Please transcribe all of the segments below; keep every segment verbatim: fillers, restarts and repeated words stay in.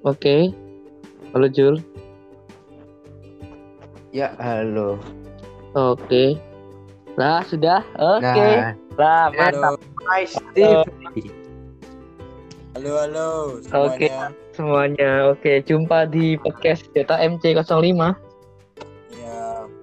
Oke. Halo Jul. Ya, halo. Oke. Nah, sudah. Oke. Nah, Lah, mantap. Hai Steve. Halo, halo Oke, semuanya. semuanya. Oke, jumpa di podcast Data M C nol lima. Ya,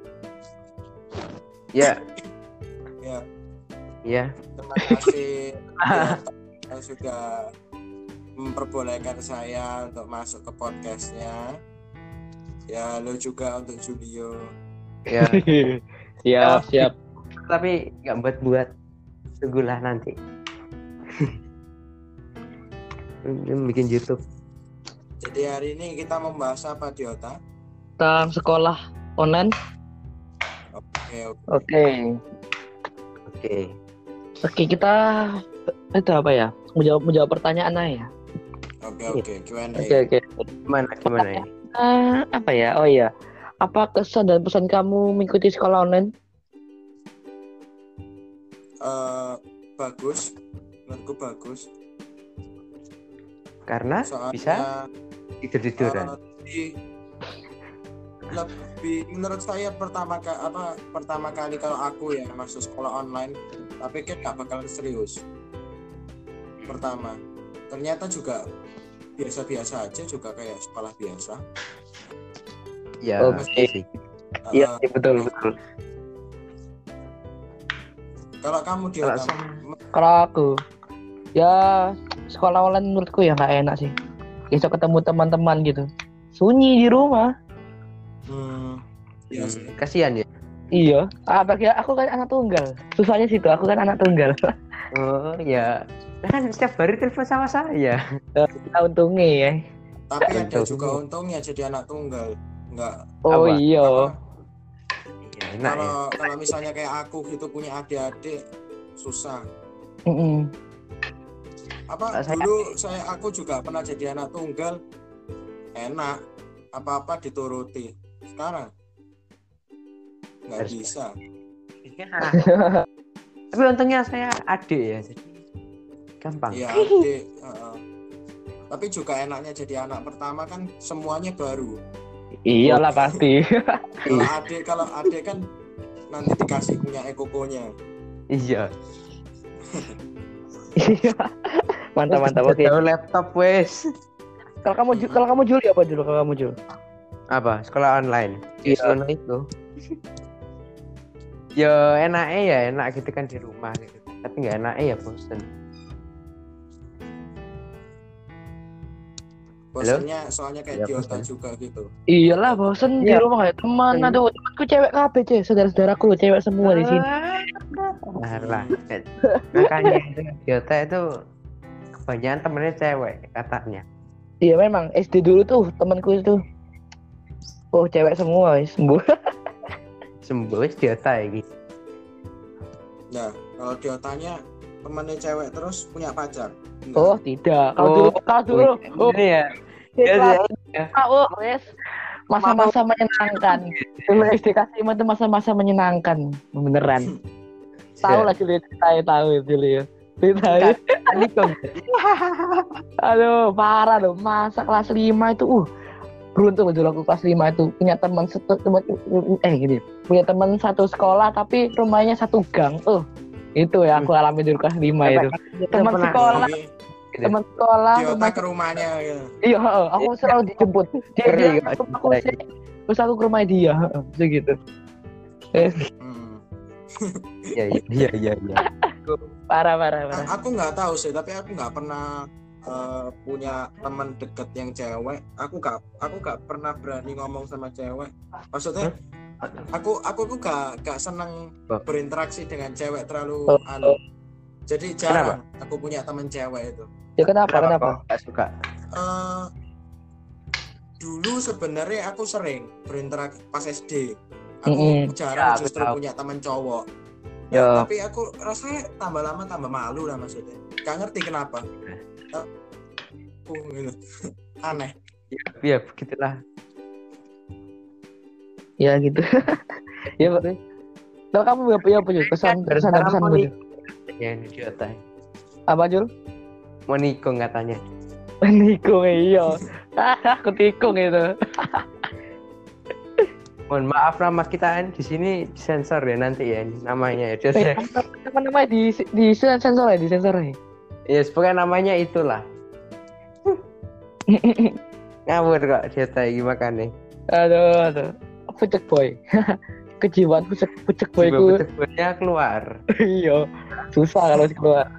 Ya, ya. ya. Terima kasih yang sudah memperbolehkan saya untuk masuk ke podcastnya. Ya, halo juga untuk Julio. Ya. Siap, siap. Tapi nggak buat-buat. Tunggulah nanti. Bikin YouTube. Jadi hari ini kita membahas apa, Diota? Tentang sekolah online. Oke, oke. Oke. Oke. Oke, kita itu apa ya? Menjawab menjawab pertanyaan aja ya. Oke, oke. Q and A. Oke, oke. Gimana gimana ini? Eh, apa ya? Oh iya. Apa kesan dan pesan kamu mengikuti sekolah online? Eh, bagus. Menurutku bagus. Karena Soalnya bisa tidur-tiduran. eh, lebih, lebih menurut saya pertama kali apa pertama kali kalau aku ya masuk sekolah online, tapi kan nggak bakal serius. Pertama, ternyata juga biasa-biasa aja, juga kayak sekolah biasa. Ya, Oke. sih. Iya, Eh, betul, betul. Kalau kamu di Kalau Kalau aku, ya sekolah online menurutku ya nggak enak sih. Besok ketemu teman-teman gitu, sunyi di rumah. hmm, iya sih. Kasihan ya. Iya, ah, bagi aku kan anak tunggal. Susahnya situ, aku kan anak tunggal. Oh ya. Nah, kan setiap hari telepon sama saya. Kita untungnya ya. Tapi ada Untungnya. juga untungnya jadi anak tunggal. Nggak Oh Apa? iya. apa, Ya, enak ya. kalau kalau misalnya kayak aku gitu punya adik-adik susah. Mm-mm. Apa Nah, saya- dulu saya aku juga pernah jadi anak tunggal, enak, apa-apa dituruti. Sekarang nggak Harus- bisa. Tapi untungnya saya adik ya, jadi gampang. Iya, adik. uh, tapi juga enaknya jadi anak pertama kan semuanya baru. Iyalah pasti. Kalau adik kalau adik kan nanti dikasih punya ekokonya. Iya. Iya. Mantap, mantap. Oke. Tahu laptop wes. Kalau kamu Ju- kalau kamu Juli apa dulu? Kalau kamu Jul? Apa? Sekolah online. Iya. Sekolah itu. Ya enaknya ya enak gitu kan di rumah gitu. Tapi nggak enaknya ya bosen. Bosannya soalnya kayak Ya, Diota bosan. juga gitu. Iyalah bosen di Iya. rumah kayak teman. Iya. Aduh, temanku cewek kabeh, cuy. Saudara-saudaraku loh, cewek semua di sini. Alah. Makanya itu Jota itu kebanyakan temennya cewek katanya. Iya memang S D dulu tuh temanku itu. Oh, cewek semua, wis. Sembuh. Sembuh wis Jota ya gitu. Nah, kalau Diotanya temannya cewek terus punya pacar. Enggak. Oh, tidak. Kalau Oh, dulu, kalau dulu. Oh, Ini ya. kelas Ya, Oh, wes. Masa-masa menyenangkan. Dulu S D kelas lima itu masa-masa menyenangkan, beneran. Tahu lah dulu saya tahu dulu ya. Ceritanya. Tadi kok Aduh, parah loh. Masa kelas lima itu uh beruntung dulu aku kelas lima itu punya teman satu teman eh gini. Punya teman satu sekolah tapi rumahnya satu gang. Tuh. Itu ya aku alami dulu kelas lima itu. Teman pernah- sekolah, Jadi, teman sekolah, Diota rumah ke rumahnya gitu. iya, heeh, aku selalu dijemput. Dia, Ngeri, dia Kak. ke rumahku sih, terus aku ke rumah dia, heeh, segitu. Eh, Hmm. Iya iya iya iya. iya. parah, parah, A- parah. aku nggak tahu sih, tapi aku nggak pernah eh, punya teman deket yang cewek. Aku nggak aku nggak pernah berani ngomong sama cewek. Maksudnya aku aku tuh gak gak seneng Oh. berinteraksi dengan cewek terlalu Oh. anu. Jadi jarang aku punya teman cewek itu. Ya kenapa, kenapa? kok nggak suka? Eh, dulu sebenarnya aku sering berinteraksi pas S D. Aku Mm-mm. jarang Ya, aku justru tahu. punya teman cowok. Ya. Nah, tapi aku rasanya tambah lama tambah malu lah maksudnya. Gak ngerti kenapa. Aku gitu. Aneh. Ya begitulah. Ya gitu. Ya, Pak. Kalau kamu apa ya apa Jul? Pesan pesan dan pesan Jul. Ya ini Jota. Apa Jul? Mau nikung katanya. Nikung iya. Aku tikung itu. Mohon maaf nama kita kan di sini sensor ya nanti ya namanya ya. Just Eh, apa namanya di di sensor ya, di sensor ya. ya pokoknya namanya itulah. Ngawur kok dia tahu gimana nih. Aduh, aduh. Pucek boy. Kejiwaan pucek pucek boy ku. Pucek-puceknya keluar. Iya. Susah kalau keluar.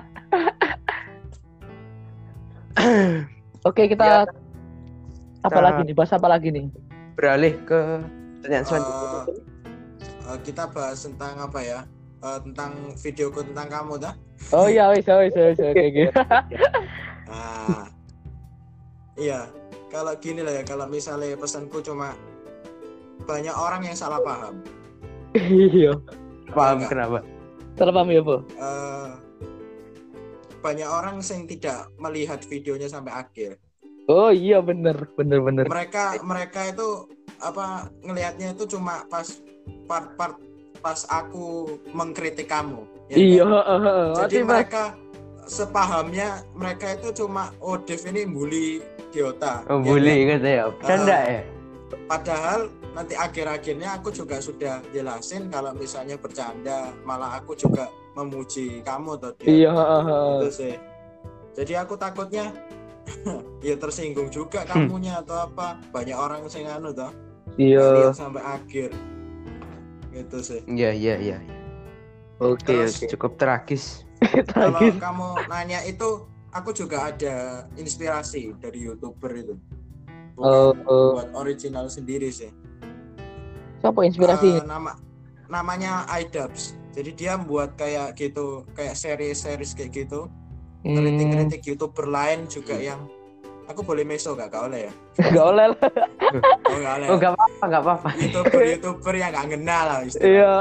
Oke, kita Ya, apa kita- lagi nih? Bahas apa lagi nih? Beralih ke pertanyaan selanjutnya. Eh, eh, kita bahas tentang apa ya? Eh, tentang videoku tentang kamu dah. Oh iya, wis, wis, wis, oke, oke. Nah, iya. Kalau gini lah ya, kalau misalnya pesanku cuma banyak orang yang salah paham. Iya. Paham Enggak. kenapa? Salah paham ya, Bu? Eh, banyak orang yang tidak melihat videonya sampai akhir. Oh iya, bener, bener, bener. Mereka mereka itu apa ngelihatnya itu cuma pas part-part pas aku mengkritik kamu. ya Iya, enggak? heeh, heeh. Jadi Berarti, Mas, mereka sepahamnya mereka itu cuma oh Dev ini bully Giota. Oh, ya bully enggak? gitu ya. Bercanda Ah. ya. Padahal nanti akhir-akhirnya aku juga sudah jelasin kalau misalnya bercanda malah aku juga memuji kamu tuh. Dev. iya, heeh, heeh. Gitu sih. Jadi aku takutnya ya tersinggung juga kamunya atau apa. Banyak orang sing anu toh. Iya. Lihat sampai akhir. Gitu sih. Iya, iya, iya. Oke, Terus, oke. Cukup tragis. Kalau Tragis. kamu nanya itu, aku juga ada inspirasi dari YouTuber itu. Oh, Bukan oh. buat original sendiri sih. Siapa inspirasinya? Eh, nama namanya iDubbbz. Jadi dia buat kayak gitu, kayak series-series kayak gitu. Hmm, Kritik-kritik YouTuber lain juga yang aku boleh meso gak? Gak oleh ya? Gak oleh lah. Oh gak oleh. Oh, enggak apa-apa, enggak apa-apa. YouTuber-YouTuber yang gak kenal lah istilahnya. Iya.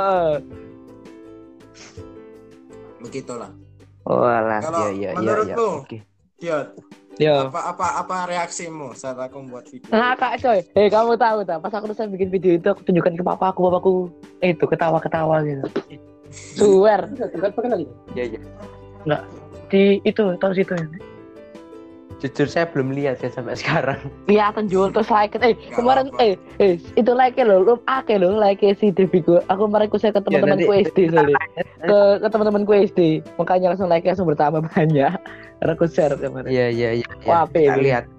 Begitulah. Oh, alah. Kalau Iya, iya, iya, iya. menurutmu, Oke. Diot, Iya. apa apa apa reaksimu saat aku membuat video? Ngakak coy. Eh kamu tahu tak? Pas aku selesai bikin video itu aku tunjukkan ke papa aku, papaku eh, itu ketawa-ketawa gitu. Swear. Iya, iya. Di itu tahu situ ya. Jujur saya belum lihat ya sampai sekarang. Kelihatan jual terus like eh Gak kemarin apa-apa. eh eh itu like lo lu ake lo like si Deviku. Aku kemarin ku saya ke teman-temanku nanti- S D soalnya. Ke ke teman-temanku S D. Makanya langsung like langsung bertambah banyak. Karena aku share kemarin. Iya, iya, iya. Wah, Kita pilih. lihat.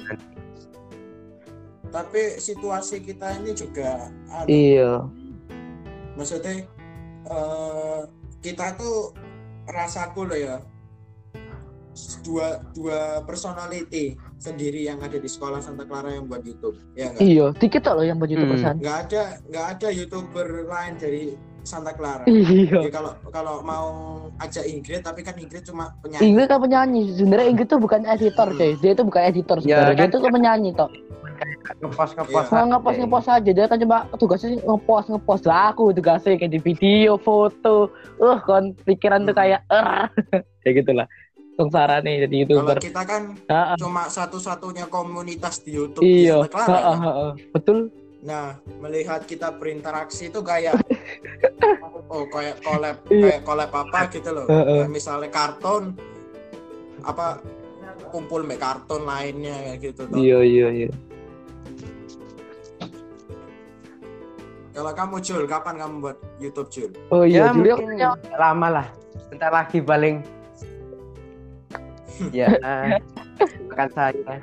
Tapi situasi kita ini juga anu, Iya. maksudnya eh, kita tuh rasaku loh ya dua dua personality sendiri yang ada di sekolah Santa Clara yang buat YouTube ya enggak Iya, dikit loh yang buat YouTube Hmm. pesan. nggak ada nggak ada YouTuber lain dari Santa Clara. Iya. Jadi kalau kalau mau ajak Ingrid tapi kan Ingrid cuma penyanyi. Ingrid kan penyanyi. Sebenarnya Ingrid tuh bukan editor, coy. Dia itu bukan editor Ya, sebenarnya. Dia kan. itu kan penyanyi toh. Ngepost ngepost. Iya. Nggak ngepost ngepost aja. Dia kan cuma tugasnya ngepost ngepost lah. Aku tugasnya kayak di video, foto. Uh, kon pikiran tuh kayak er. Kayak gitulah. Sengsara nih jadi Kalau YouTuber. kita kan Heeh. cuma satu-satunya komunitas di YouTube di Iya. Santa Clara. Heeh, kan? heeh. Betul. Nah, melihat kita berinteraksi itu kayak oh kayak collab Iya. kayak collab apa gitu loh. Heeh. Kayak misalnya kartun apa kumpul make kartun lainnya kayak gitu toh. Iya, iya, iya. Kalau kamu Jul, kapan kamu buat YouTube Jul? Oh iya, Ya, dulu mungkin aku- lama lah. Bentar lagi paling. Ya, akan saya.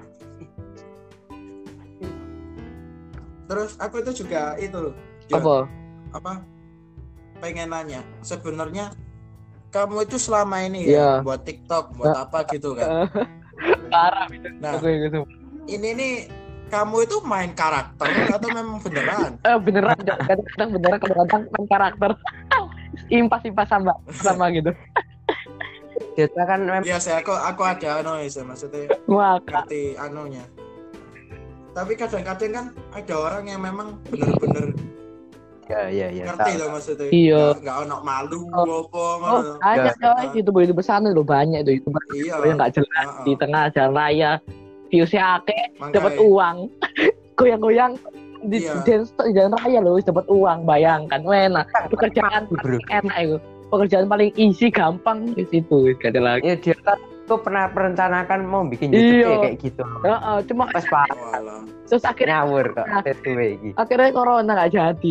Terus aku itu juga itu Jul, apa? apa pengen nanya sebenarnya kamu itu selama ini Iya. ya buat TikTok buat apa gitu kan. Parah itu. Nah, Aku yang gitu. ini nih kamu itu main karakter atau memang beneran? Eh beneran, kadang-kadang beneran, kadang-kadang main karakter. Impas-impas sama sama gitu. Kita kan memang Iya sih, aku aku ada anu sih maksudnya Wah, ngerti anunya. Tapi kadang-kadang kan ada orang yang memang bener-bener ya ya ya. ngerti tahu. loh maksudnya. Iya. Nggak- nggak ono malu Oh. apa oh ngono. banyak coy, youtuber youtuber sana loh banyak tuh youtuber Iya. yang nggak jelas Heeh. di tengah jalan raya, viewsnya akeh, Makanya. dapat uang, goyang-goyang di Iya. dance di jalan raya loh, dapat uang, bayangkan, enak, pekerjaan Bro. paling enak itu, pekerjaan paling easy, gampang di situ, gak ada lagi. Ya dia kan kok pernah merencanakan mau bikin YouTube Iya. ya kayak gitu. Heeh, cuma Pas pas Walah. terus akhirnya ngawur kok sesuai iki. akhirnya corona nggak jadi.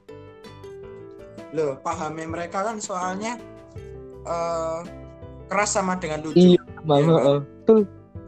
Loh, pahami mereka kan soalnya eh keras sama dengan lucu. Iya, Bang. Iya, Heeh. Betul.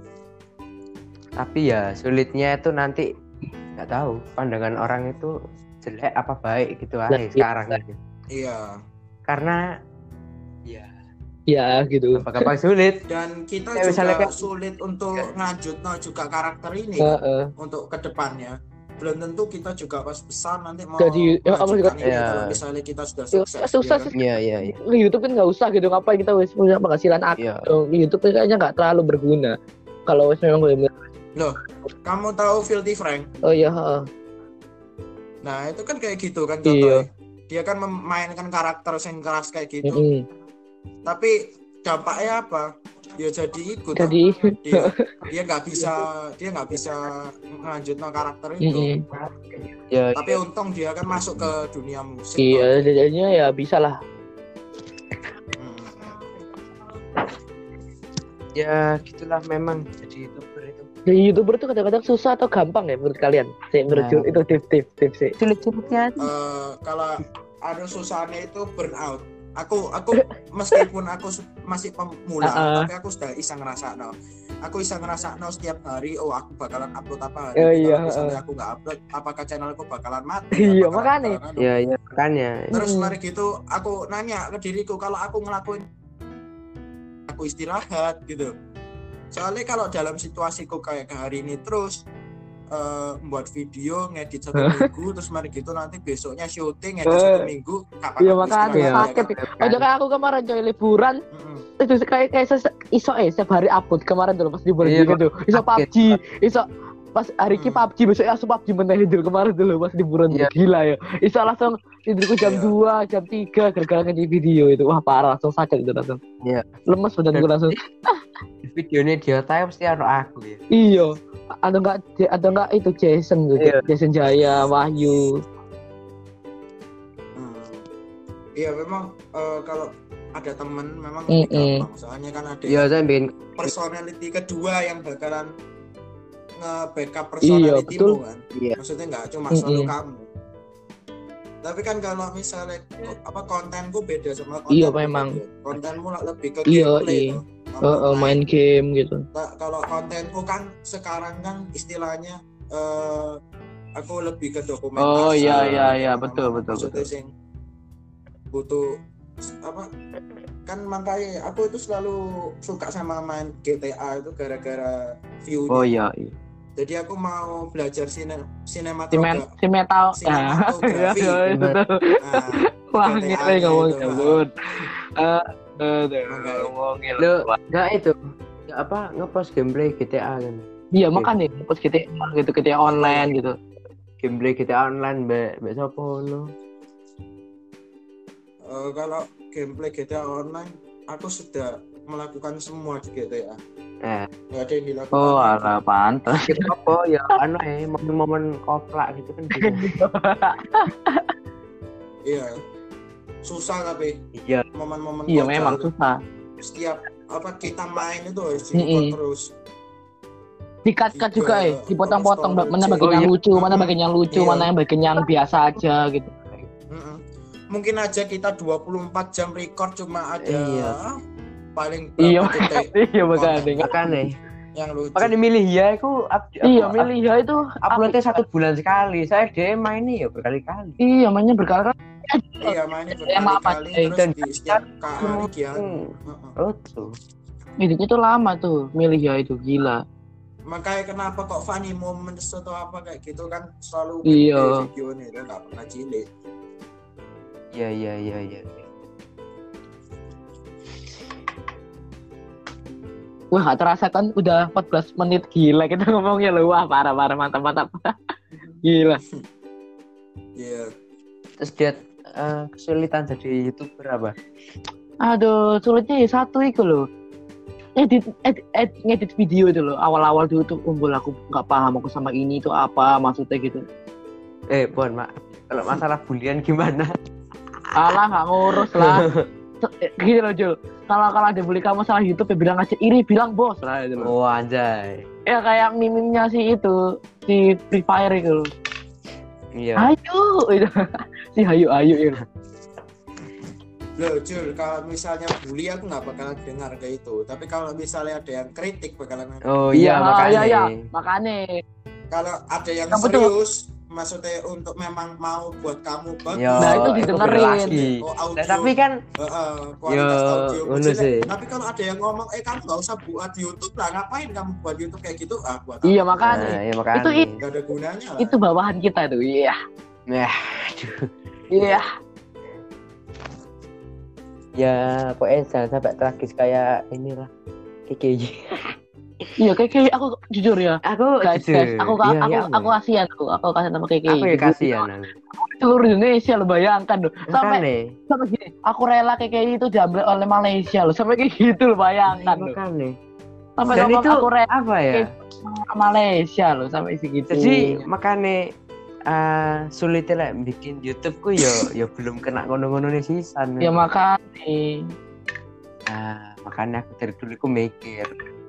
Tapi ya sulitnya itu nanti nggak tahu pandangan orang itu jelek apa baik gitu aja Nah, sekarang gitu. Iya. Karena ya Ya gitu. gampang sulit. Dan kita Ya, misalnya juga kayak- sulit untuk ngelanjutno juga karakter ini Heeh. untuk kedepannya. Belum tentu kita juga pas besar nanti mau Jadi, ya, apa melanjutkan juga- ini Ya. kalau misalnya kita sudah Ya, sukses. sukses. ya kan? Iya iya iya. Di YouTube kan nggak usah gitu, ngapain kita wis punya penghasilan aktif. Iya. Di YouTube kan kayaknya nggak terlalu berguna. Kalau wis memang bener. Loh, kamu tahu Filthy Frank? Oh iya, heeh. Nah, itu kan kayak gitu kan Iya. contohnya. Dia kan memainkan karakter yang keras kayak gitu. Mm-mm. Tapi dampaknya apa? Ya jadi ikut. Jadi dia dia nggak bisa dia nggak bisa ngelanjutin karakter itu. mm-mm. Ya, Tapi untung dia kan masuk ke dunia musik. Iya, jadinya ya bisa lah. Hmm. ya gitulah memang jadi YouTuber itu. Jadi YouTuber tuh kadang-kadang susah atau gampang ya menurut kalian? Saya menurut Nah. itu tips tips tips sih. Sulit-sulitnya Eh, kalau ada susahnya itu burnout. Aku aku meskipun aku su- masih pemula, Uh-uh. tapi aku sudah bisa ngerasa no. Aku bisa ngerasa no setiap hari. Oh, aku bakalan upload apa hari Oh, ini. iya, Kalau misalnya uh. aku nggak upload, apakah channelku bakalan mati? Iya, Bakalan- makanya. bakalan anu. ya ya makanya. Terus Hmm. mari gitu aku nanya ke diriku kalau aku ngelakuin aku istirahat gitu. Soalnya kalau dalam situasiku kayak hari ini terus eh, membuat video ngedit satu minggu terus mari gitu nanti besoknya syuting ngedit satu minggu kapan Iya aku makanya istirahat, sakit. ya kan? Oh jadi kayak aku kemarin coy liburan Mm-mm. itu kayak kayak ses- iso eh setiap hari upload kemarin dulu pas liburan Iya, gitu. Iso P U B G, sakit. iso pas hari ini Hmm. P U B G besoknya langsung P U B G meneh dulu kemarin dulu pas liburan Iya. gila ya. Iso langsung tidurku jam Iya. dua, jam tiga gara-gara ngedit video itu. Wah parah langsung sakit itu langsung. Iya. Lemes badanku langsung. Videonya dia tahu pasti ada aku ya. Iya. Ada enggak ada enggak itu Jason tuh, Iya. Jason Jaya, Wahyu. Hmm. Iya memang eh, kalau ada teman memang Mm-mm. lebih gampang soalnya kan ada Iya saya bikin personality kedua yang bakalan nge-backup Iya, personality betul. kan. Iya. Maksudnya nggak cuma Mm-mm. selalu kamu. Tapi kan kalau misalnya apa kontenku beda sama konten Iya, memang. kontenmu lah lebih ke Iya, gameplay iya. tuh. Eh, eh, main game gitu. Nah, kalau kontenku kan sekarang kan istilahnya eh, aku lebih ke dokumentasi. Oh, iya, iya, iya, Mana-mana. betul, betul, Maksudnya betul. sing butuh apa kan makanya aku itu selalu suka sama main G T A itu gara-gara view-nya. Oh iya iya. Jadi aku mau belajar sine Si, men, sinematografi. si metal. Ah. Sinematografi. Iya, iya, betul. Nah, Wah, G T A ngeri ngomong itu, cabut. Eh, aduh, Makanya. ngomongin. Lo enggak itu. Enggak apa ngepost gameplay G T A kan. Iya, makanya pas G T A gitu, G T A online gitu. Gameplay G T A online mbak mbak sapa lo. eh, kalau gameplay G T A online aku sudah melakukan semua di G T A. Eh, Nggak ada yang dilakukan. Oh, alah pantas. kita apa ya anu eh momen-momen koplak gitu kan gitu. Iya. Susah tapi Iya. momen-momen Iya, kocak memang itu. susah. Setiap apa kita main itu harus Mm-mm. di terus. Dikat-kat juga eh, dipotong-potong mana bagian Oh, yang iya. lucu, mana bagian yang lucu, Iya. mana yang bagian yang biasa aja gitu. Mm-mm. Mungkin aja kita dua puluh empat jam record cuma ada Iya. paling Iya, berapa detik Iya, makanya. Makanya yang lucu. makanya milih ya aku up, Iya, apa, milih ya itu uploadnya satu bulan sekali. Saya D M ini ya berkali-kali. Iya, mainnya berkali-kali. Iya mainnya Emang apa, berkali-kali eh, terus dan- di setiap kali dia. Hmm. Heeh. Oh tuh. Editnya tuh lama tuh, milih ya itu gila. Makanya kenapa kok funny moments atau apa kayak gitu kan selalu Iya. video nih itu nggak pernah cilik. Iya iya iya iya. Wah, gak terasa kan udah empat belas menit gila kita ngomongnya loh. Wah, parah parah mantap mantap. Gila. Iya. Terus dia eh, kesulitan jadi YouTuber apa? Aduh, sulitnya ya satu itu loh. Edit, edit, edit, ngedit video itu loh. Awal-awal dulu tuh umbul aku nggak paham aku sama ini itu apa maksudnya gitu. Eh, Bon, Mak. Kalau masalah bulian gimana? Alah, nggak ngurus lah. gini loh Jul, kalau kalau ada bully kamu salah YouTube ya bilang aja iri, bilang bos lah itu loh. Oh anjay. Ya kayak mimimnya si itu si Free Fire itu loh. Iya. Ayo itu si ayo ayo itu. Loh Jul, kalau misalnya bully aku nggak bakalan dengar kayak itu, tapi kalau misalnya ada yang kritik bakalan. Oh iya, makanya. Iya iya makanya. Kalau ada yang Kamu serius, maksudnya untuk memang mau buat kamu bagus. Yo, Nah, itu didengerin. Oh, audio. Nah, tapi kan Heeh, kualitas Yo, audio ngono jelek. sih. Tapi kalau ada yang ngomong, eh kamu nggak usah buat YouTube lah, ngapain kamu buat YouTube kayak gitu? Ah, buat Iya apa? makanya. nah, ya makanya. Itu itu, Nggak ada gunanya lah. itu bawahan kita tuh. Iya. Nah, aduh. Iya. Ya, pokoknya jangan sampai tragis kayak inilah. Kiki. Iya kayak kayak aku jujur ya. Aku Guys, jujur. guys, aku Iya, aku iya, aku kasihan tuh. Aku kasihan sama Keke. Aku ya kasihan. Seluruh Indonesia lo bayangkan loh. Sampai Makanya. sampai gini, aku rela Keke itu diambil oleh Malaysia loh. Sampai kayak gitu lo bayangkan loh. Makanya. Sampai Dan ngomong itu aku rela apa ya? ke Malaysia loh sampai segitu. Jadi makanya uh, sulitnya lah bikin YouTube ku yo yo belum kena ngono-ngono nih sisan. Ya makanya. Nah, makanya aku dari dulu aku mikir.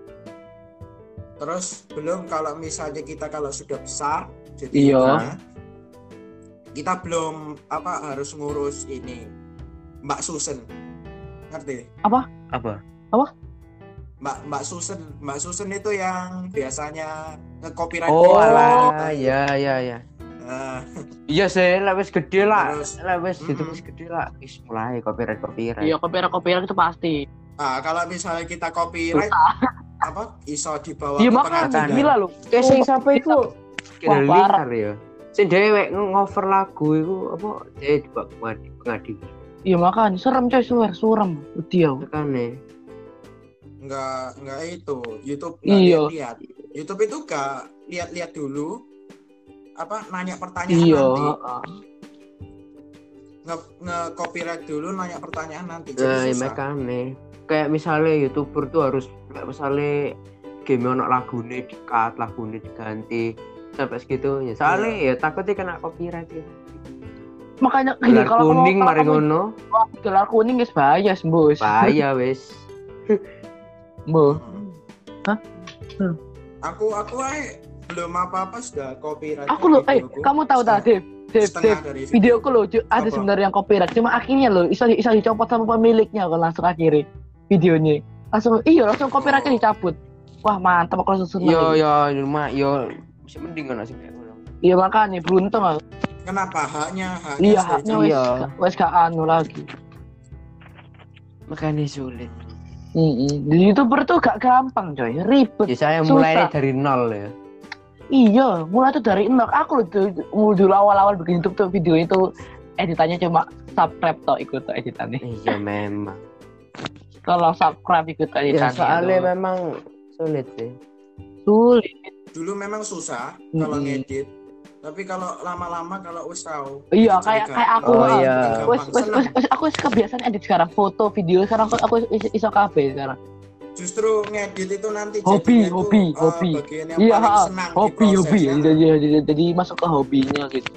Terus belum kalau misalnya kita kalau sudah besar, jadi Iya. YouTuber, kita belum apa harus ngurus ini Mbak Susan, ngerti? Apa? Apa? Mbak Mbak Susan, Mbak Susan itu yang biasanya nge-copyright. Oh, kita. alah, ya ya ya. Nah, Iya sih, lah wis gede lah. Terus, Lah wis mm-mm. itu wis gede lah. Wis mulai copyright-copyright. Iya copyright copyright itu pasti. ah, kalau misalnya kita copyright apa iso dibawa Iya ke makanya pengadilan. gila loh. Kayak sing sampe iku kira Wah, parah. liar ya. Sing dhewe ngover lagu iku apa dhewe dibawa ke pengadilan. Iya makanya serem coy, suwer surem. Dia. Makane. Enggak enggak itu YouTube Iya. enggak lihat. YouTube itu enggak lihat-lihat dulu apa nanya pertanyaan Iya. nanti. heeh. Nge, nge copyright dulu nanya pertanyaan nanti. Nah, Jadi ya susah. makane. Kayak misalnya YouTuber tuh harus kayak misalnya game ono lagune di-cut, lagune diganti sampai segitunya. Soalnya ya takutnya kena copyright ya. Makanya gini Gelar kalau kamu- kuning kalau mari kamu- ngono. Wah, gelar kuning guys bahaya bos. Bahaya wis. Bo. Hmm. Hah? Hmm. Aku aku ae belum apa-apa sudah copyright. Aku loh, eh kamu tahu tak, Dev? Dev, Dev, dari videoku loh, Ju, ada Apa? sebenarnya yang copyright. Cuma akhirnya loh, bisa bisa dicopot sama pemiliknya kalau langsung akhirnya videonya. Langsung, iya langsung copyrightnya Oh. dicabut. Wah mantap aku langsung seneng. Yo yo rumah yo masih mending kan sih kayak ngono. Iya makanya beruntung aku. Kenapa haknya haknya Iya sudah haknya dicabut. wes Iya. wes gak anu lagi. Makanya sulit. Mm-mm. Di YouTuber tuh gak gampang coy, ribet. Ya saya Susah. mulai dari nol ya. Iya, mulai tuh dari nol. Aku loh tuh mulai dulu awal-awal bikin YouTube tuh video itu editannya cuma subscribe toh ikut toh editannya. Iya memang. Kalau subscribe ikut Ya editannya. soalnya tuh. memang sulit sih. Sulit. Dulu memang susah kalau Mm-mm. ngedit. Tapi kalau lama-lama kalau wis tahu. Iya jadi kayak gampang. kayak aku. Oh, ah. iya. Gampang, Wes wes seneng. wes wes aku wes kebiasaan edit sekarang foto video sekarang aku, aku is- iso kabeh sekarang. Justru ngedit itu nanti Hobi, jadinya itu, hobi, eh, hobi. bagian yang Iya, paling ha, senang hobi diproses, hobi ya. jadi, jadi, jadi, jadi masuk ke hobinya gitu.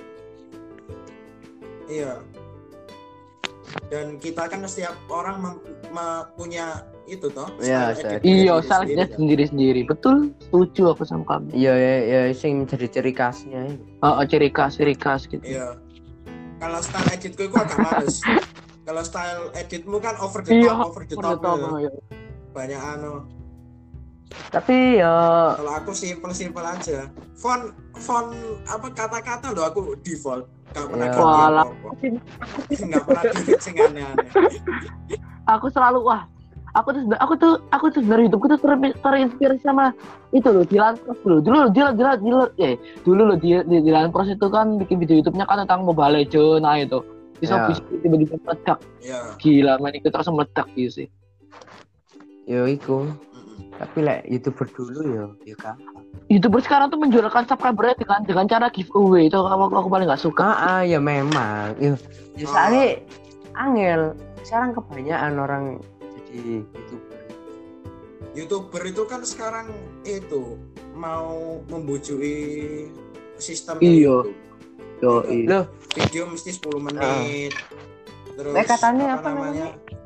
Iya. Dan kita kan setiap orang mem- me- punya itu toh. Iya, style edit Iya, sendiri-sendiri, salah dia kan. sendiri-sendiri. Betul, setuju aku sama kamu. Iya ya ya sing menjadi ciri khasnya. Oh, oh, ciri khas, ciri khas gitu. Iya. Kalau style editku itu agak males. Kalau style editmu kan over the Iya, top, over the Udah top. tau, ya. ya. Banyak anu. Tapi ya Kalau aku simple-simple aja. Font font apa kata-kata loh aku default. Gak pernah Ya. ganti Walah. apa-apa. Gak pernah delete sing aneh-aneh. aku selalu wah aku tuh aku tuh aku tuh dari hidupku tuh ter- terinspirasi sama itu loh Dilan Pros dulu dulu loh Dilan Dilan Dilan eh dulu loh di di Dilan Pros itu kan bikin video YouTube-nya kan tentang Mobile Legends nah itu bisa Ya. bisa tiba-tiba meledak Iya. gila main ikut terus meledak gitu sih. Yo iku. Mm-mm. Tapi lek YouTuber dulu yo yo kan. YouTuber sekarang tuh menjualkan subscriber dengan dengan cara giveaway itu aku, aku paling nggak suka. Ah, ah ya memang. Yo yo soalnya angel. Sekarang kebanyakan orang jadi YouTuber. YouTuber itu kan sekarang itu mau membujuki sistem Iya. YouTube. Yo, Iya. Loh, Video mesti sepuluh menit. Terus Eh, katanya apa namanya?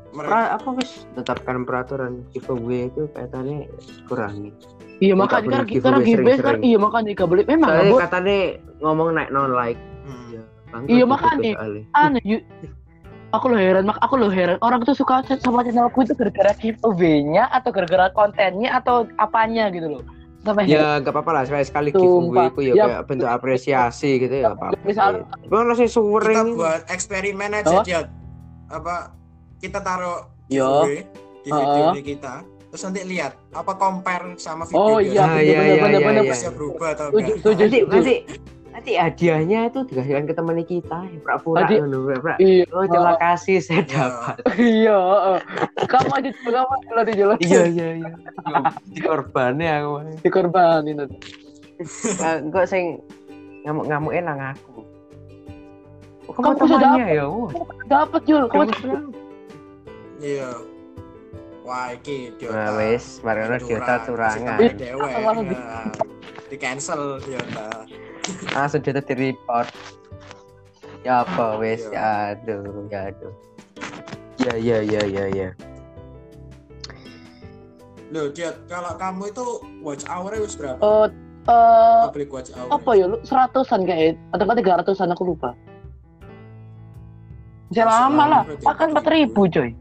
mereka Pra, apa wis tetapkan peraturan giveaway itu kaitannya kurangi. Iya Nggak makanya boleh sekarang giveaway sekarang giveaway sekarang sering-sering. iya makanya gak boleh memang Soalnya nggak boleh. katanya ngomong naik non like. Hmm. Ya, bangkrut Iya, gitu makanya. soalnya. Aneh yu- aku lo heran mak aku lo heran orang tuh suka sama channelku itu gara-gara giveaway-nya atau gara-gara kontennya atau apanya gitu loh. Sampai heran. Ya nggak apa-apa lah sekali sekali Sumpah. giveaway itu ya Ya, kayak bentuk apresiasi gitu ya nggak apa-apa. Misal- Bang masih Kita sering. buat eksperimen aja Oh. dia. Apa kita taruh Yo. giveaway di video Uh-uh. ini kita. Terus nanti lihat apa compare sama video Oh biasa. iya, Ah, bener, iya, bener, iya, bener, iya, bener, iya. Bisa berubah atau Setuju, enggak. setuju. Nanti nanti nanti hadiahnya itu dikasihkan ke teman kita yang pura-pura Hadi- ngono, pura-pura. Iya. Oh terima kasih saya Iya. dapat. Iya, heeh. Kamu aja juga kamu aja lo dijual. Iya iya iya. Di korbannya aku. Dikorbanin nanti. Enggak sing ngamuk-ngamukin nang aku. Oh, Kamu kamu sudah temannya ya. Wah. Dapat Jul. Kamu Iya. Wah, iki Diota. Nah, wis, mari ngono Diota curangan. Kasih dewe. Langsung di- Nah, di cancel Diota. Langsung dia di report. Ya apa wis, Iya. ya aduh, ya aduh. Ya ya ya ya ya. Loh, Diot, kalau kamu itu watch hour-nya wis berapa? eh eh, Public watch hour. apa ya lu seratusan kayak atau kan tiga ratusan aku lupa. Bisa Oh, lama lah, berarti bahkan empat ribu coy.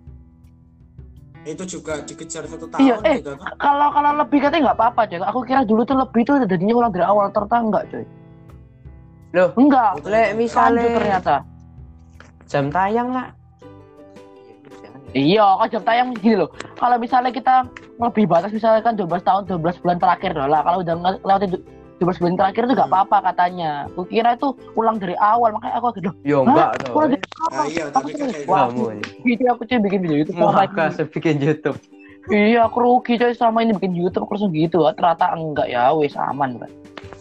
Itu juga dikejar satu Iya, tahun eh. gitu kan? Kalau kalau lebih katanya nggak apa-apa coy. Aku kira dulu tuh lebih tuh jadinya ulang dari awal ternyata enggak coy. Loh, Enggak, Oh, lek ternyata. misalnya lanjut ternyata. jam tayang lah. Iya, kan jam tayang gini loh. Kalau misalnya kita lebih batas misalnya kan dua belas tahun, dua belas bulan terakhir loh lah. Kalau udah nge- lewat dua belas bulan terakhir itu nggak Hmm. apa-apa katanya. Aku kira itu ulang dari awal, makanya aku agak loh. Yo Hah? enggak tuh. Ulang dari awal. Ah, iya, Aku tapi tuh, kan kayak wah, kamu. gitu aku cuy bikin video YouTube. Mau selama aku ini. bikin YouTube. Iya, aku rugi coy selama ini bikin YouTube aku langsung gitu. Ternyata enggak ya, wes aman kan.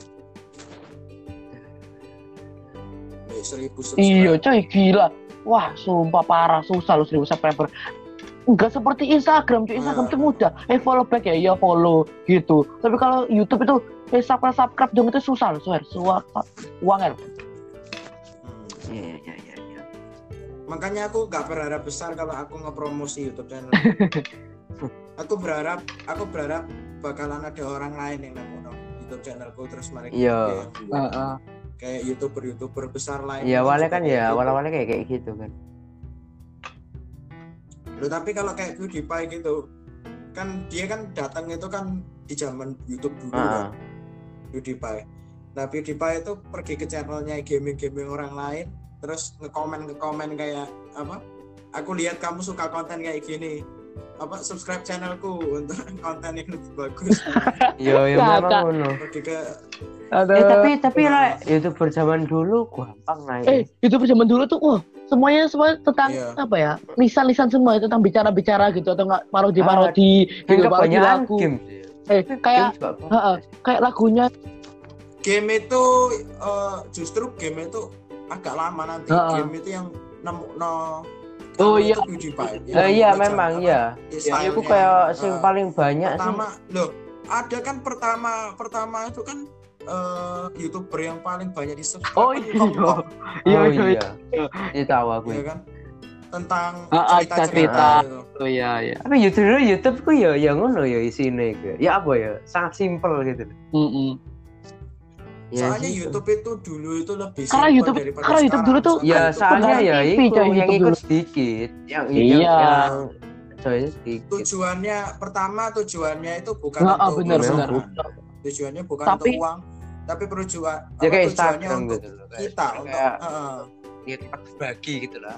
Eh, seribu Iya subscribe. coy, gila. Wah, sumpah parah, susah lu seribu subscriber. Enggak seperti Instagram, cuy. Instagram Ah. itu mudah. Eh follow back ya, iya follow gitu. Tapi kalau YouTube itu eh subscribe subscribe dong itu susah loh, swear. Suar, uang ya. Hmm. Iya iya iya iya. Makanya aku gak berharap besar kalau aku ngepromosi YouTube channel. aku berharap, aku berharap bakalan ada orang lain yang nemu YouTube channelku terus mereka Iya. yang buat. Heeh. Kayak youtuber-youtuber besar lain. Iya, awalnya juga kan kayak ya, gitu. awal-awalnya kayak kayak gitu kan. Loh, tapi kalau kayak PewDiePie gitu, kan dia kan datang itu kan di zaman YouTube dulu Heeh. kan, PewDiePie. Nah, PewDiePie itu pergi ke channelnya gaming-gaming orang lain, terus ngekomen ngekomen kayak apa? Aku lihat kamu suka konten kayak gini, apa subscribe channelku untuk konten yang lebih bagus. Yo yo Kacak. memang ngono. Pergi ke Aduh. Eh tapi tapi lah YouTuber zaman dulu gampang naik. eh YouTube zaman dulu tuh wah semuanya semua tentang Iya. apa ya lisan-lisan semua itu tentang bicara-bicara gitu atau enggak parodi-parodi Kan gitu parodi kebanyakan lagu game. eh kayak Game juga bagus. heeh, kayak lagunya game itu eh, justru game itu agak lama nanti. Ha-ha. Game itu yang nemu no Oh, itu iya. PewDiePie. Eh, iya Yang memang apa, iya. stylenya, Aku kayak eh, sing paling banyak sih. pertama loh ada kan pertama pertama itu kan eh, YouTuber yang paling banyak di subscribe Oh, kan iya. Kongkong, iya Oh iya iya. Ini tahu aku. ya kan tentang Ah, ah, cerita-cerita cerita. gitu. oh iya iya Tapi YouTube YouTube ku ya ya ngono ya isine ku. Ya apa ya? Sangat simpel gitu. Mm-mm. Ya, Soalnya gitu. YouTube itu dulu itu lebih Karena simpel YouTube- daripada karena YouTube dulu tuh- sekarang. Ya YouTube soalnya Pengalaman ya T V, itu coy, yang YouTube ikut dulu. sedikit. Yang Iya. yang coy sedikit. tujuannya pertama tujuannya itu bukan Nah, ah, untuk benar, uang. benar. tujuannya bukan Tapi- untuk uang tapi tujuan Ya apa, kayak tujuannya Instagram untuk gitu loh. kita untuk Kayak heeh. ya tempat berbagi gitu lah.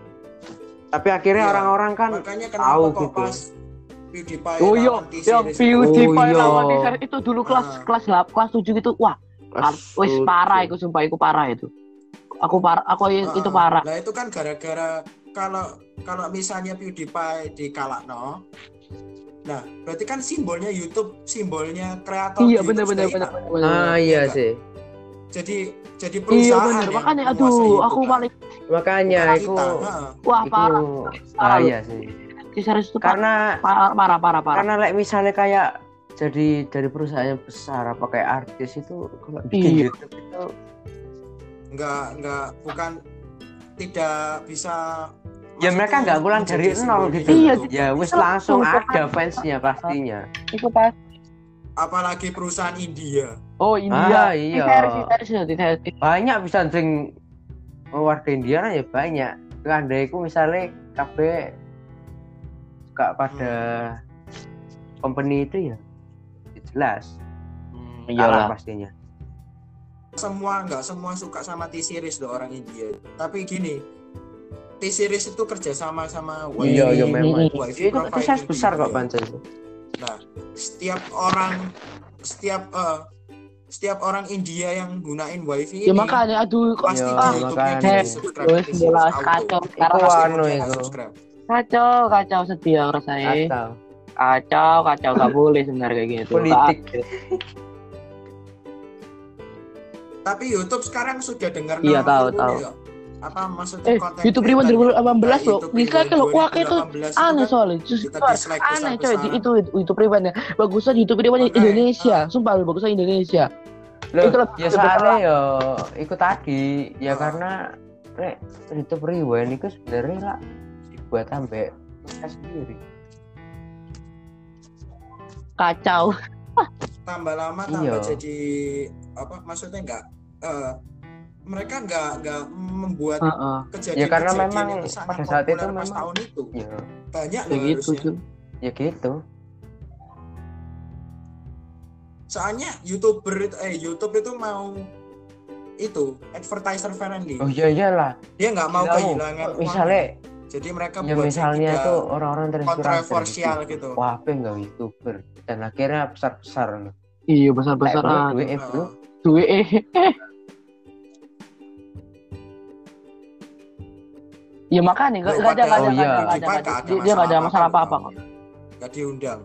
Tapi akhirnya Iya. orang-orang kan Makanya tahu kenapa kok gitu. pas PewDiePie oh iya lawan T-Series yang itu- PewDiePie Oh, iya. lawan T-Series itu dulu kelas Ah. kelas delapan kelas tujuh gitu wah wis parah itu sumpah itu parah itu aku parah aku Heeh. itu parah Nah itu kan gara-gara kalau kalau misalnya PewDiePie di Kalakno, nah berarti kan simbolnya YouTube, simbolnya kreator iya di benar YouTube benar sudah benar hilang. benar. Ah iya Iya, sih. Jadi jadi Iya perusahaan benar yang makanya menguasai aduh YouTube aku kan. paling Makanya Bukan aku kita, heeh. wah itu parah ah iya sih. T-Series itu Karena parah parah parah parah karena like misalnya kayak jadi dari perusahaan yang besar apa kayak artis itu kalau bikin Iya. YouTube itu nggak nggak bukan tidak bisa Ya mereka nggak ngulang dari nol gitu. Iya, Ya wis langsung ada fansnya pastinya. Itu pas. Apalagi perusahaan India. Oh India. Ah, iya. Versi Banyak bisa sing warga India ya banyak. Kandha iku misale kabeh suka pada company itu ya jelas. Iyalah pastinya. Semua nggak semua suka sama T-Series loh orang India. Tapi gini, T-Series itu kerja sama sama Iya, iya memang. wifi Itu itu besar kok pancen. Nah, setiap orang setiap uh, setiap orang India yang gunain wifi ya ini makanya aduh kok pasti ya, di YouTube-nya makanya. di subscribe Wes jelas kacau Itu sekarang anu itu. kacau kacau sedih rasanya Atau kacau kacau nggak boleh sebenarnya kayak gitu politik. Tapi YouTube sekarang sudah dengar Iya, nama tahu, itu tahu. ya? Apa maksudnya eh content YouTube Rewind dua ribu delapan belas Nah, loh YouTube bisa Rewind kalau wah dua ribu itu delapan belas aneh kan soalnya justru kita dislike aneh coy besar-besaran. di, itu YouTube Rewind ya bagusnya di YouTube Rewind Makanya, Indonesia uh. sumpah bagusnya Indonesia. Loh, Itu lebih- ya soalnya ya ikut tadi ya Ah. karena rek YouTube Rewind itu sebenarnya lah dibuat sampai mereka sendiri. kacau Tambah lama tambah Iya. jadi apa maksudnya enggak eh, mereka enggak enggak membuat Heeh. kejadian Ya karena memang yang sangat pada saat itu populer pas memang- tahun itu Ya, banyak loh kayak gitu harusnya. Jul. ya gitu. Soalnya YouTuber itu eh YouTube itu mau itu advertiser friendly. Oh iya iyalah. Dia nggak mau Tahu, kehilangan uang. misalnya Jadi mereka ya buat misalnya yang tuh tidak orang-orang terinspirasi kontroversial dari gitu. wah apa nggak YouTuber dan akhirnya besar-besar loh. iya besar besaran Duit eh bro. Nah, duit eh ya makanya nggak Loh, nggak ada nggak ada oh, iya. nggak ada, nggak ada, Dipak nggak nggak ada. dia dia nggak ada masalah apa apa kok nggak diundang.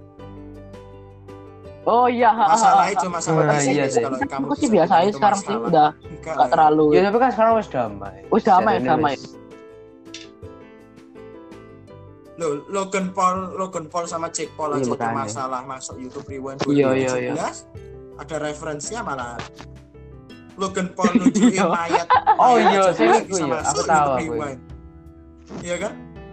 oh iya ha, ha, ha, Masalahnya ha. cuma sama Nah, bisnis iya sih. kalau kamu aku sih bisa biasa bilang aja itu sekarang sih masalah. udah Enggak nggak lah. terlalu Ya tapi kan sekarang wis damai. Wis damai, Jadi damai. wis- Loh, Logan Paul, Logan Paul sama Jake Paul Iya, aja itu makanya. masalah masuk YouTube Rewind Iya, dua ribu iya, tujuh iya. belas. Ada referensinya malah Logan Paul nunjukin Iya. mayat. Oh mayat iya, aja saya nggak itu bisa ya, masuk aku tahu YouTube aku. Rewind. Iya kan?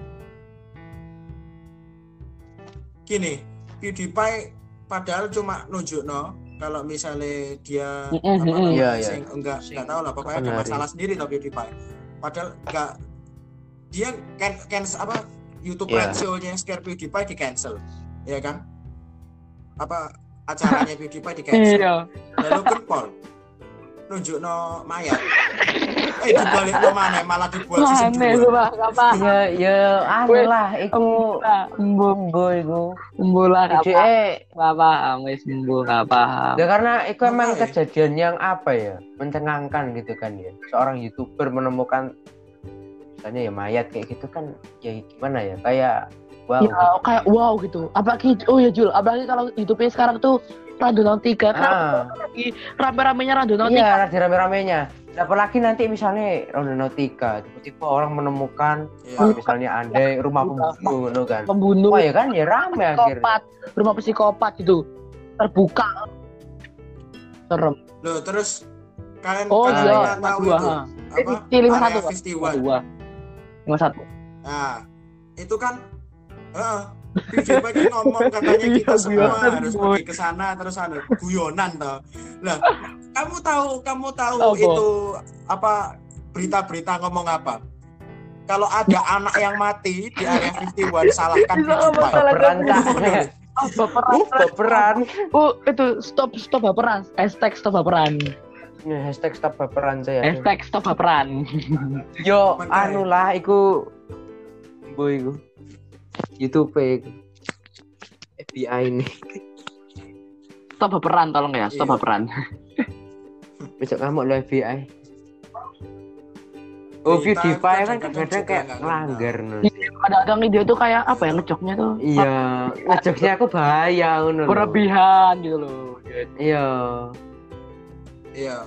Gini, PewDiePie padahal cuma nunjuk no kalau misalnya dia Mm-mm, apa mm-mm. namanya, Iya, iya. sing- enggak Sing enggak tahu lah pokoknya ada kebenaran. masalah sendiri tau PewDiePie. Padahal enggak dia can, can apa YouTube Iya. Red Show-nya Scare PewDiePie di cancel. Ya kan? Apa acaranya PewDiePie di cancel. iya Lalu Logan Paul nunjuk no mayat. Eh dibalik no mana malah dibuat season aneh dua. lu pak nggak apa Ya ya anu Wes, lah iku embu embo iku. embu lah nggak apa Ide nggak paham wis embu nggak paham ya karena itu emang Makanya. kejadian yang apa ya mencengangkan gitu kan ya. Seorang YouTuber menemukan misalnya ya mayat kayak gitu kan ya gimana ya kayak wow. ya kayak wow gitu apalagi oh ya Jul apalagi kalau YouTube-nya sekarang tuh Randonautica kan Ah, lagi rame-ramenya Randonautica iya lagi rame-ramenya. Apalagi nanti misalnya Randonautica tiba-tiba orang menemukan Iya. misalnya andai rumah pembunuh ngono kan. pembunuh Wah ya kan ya rame akhirnya. psikopat rumah psikopat gitu terbuka serem Loh terus kalian oh kalian iya pernah mas tahu dua itu ha apa? Eh, lima satu Area Pak. lima puluh satu. dua lima satu Nah, itu kan heeh PewDiePie kan ngomong katanya kita Iya, semua guyonan, harus boy. pergi ke sana terus ada guyonan toh. Lah, kamu tahu kamu tahu Apa? itu apa berita-berita ngomong apa? Kalau ada anak yang mati di area lima puluh satu salahkan Bisa ngomong PewDiePie. salah. Baperan tak. oh baperan Uh, baperan. oh itu stop stop baperan hashtag stop baperan Ya, hashtag stop baperan saya. hashtag stop baperan Yo, Makanya. anu lah, iku, boy, iku, YouTube, iku, F B I ini. stop baperan tolong ya stop Iya. baperan Besok kamu lo F B I. Oh, Kita PewDiePie kan kadang-kadang kadang juga kayak nggak ngelanggar, no. kadang-kadang dia tuh kayak apa ya ngejoknya tuh Iya, ngejoknya aku bahaya, ngono. lho. berlebihan gitu loh Iya. Iya.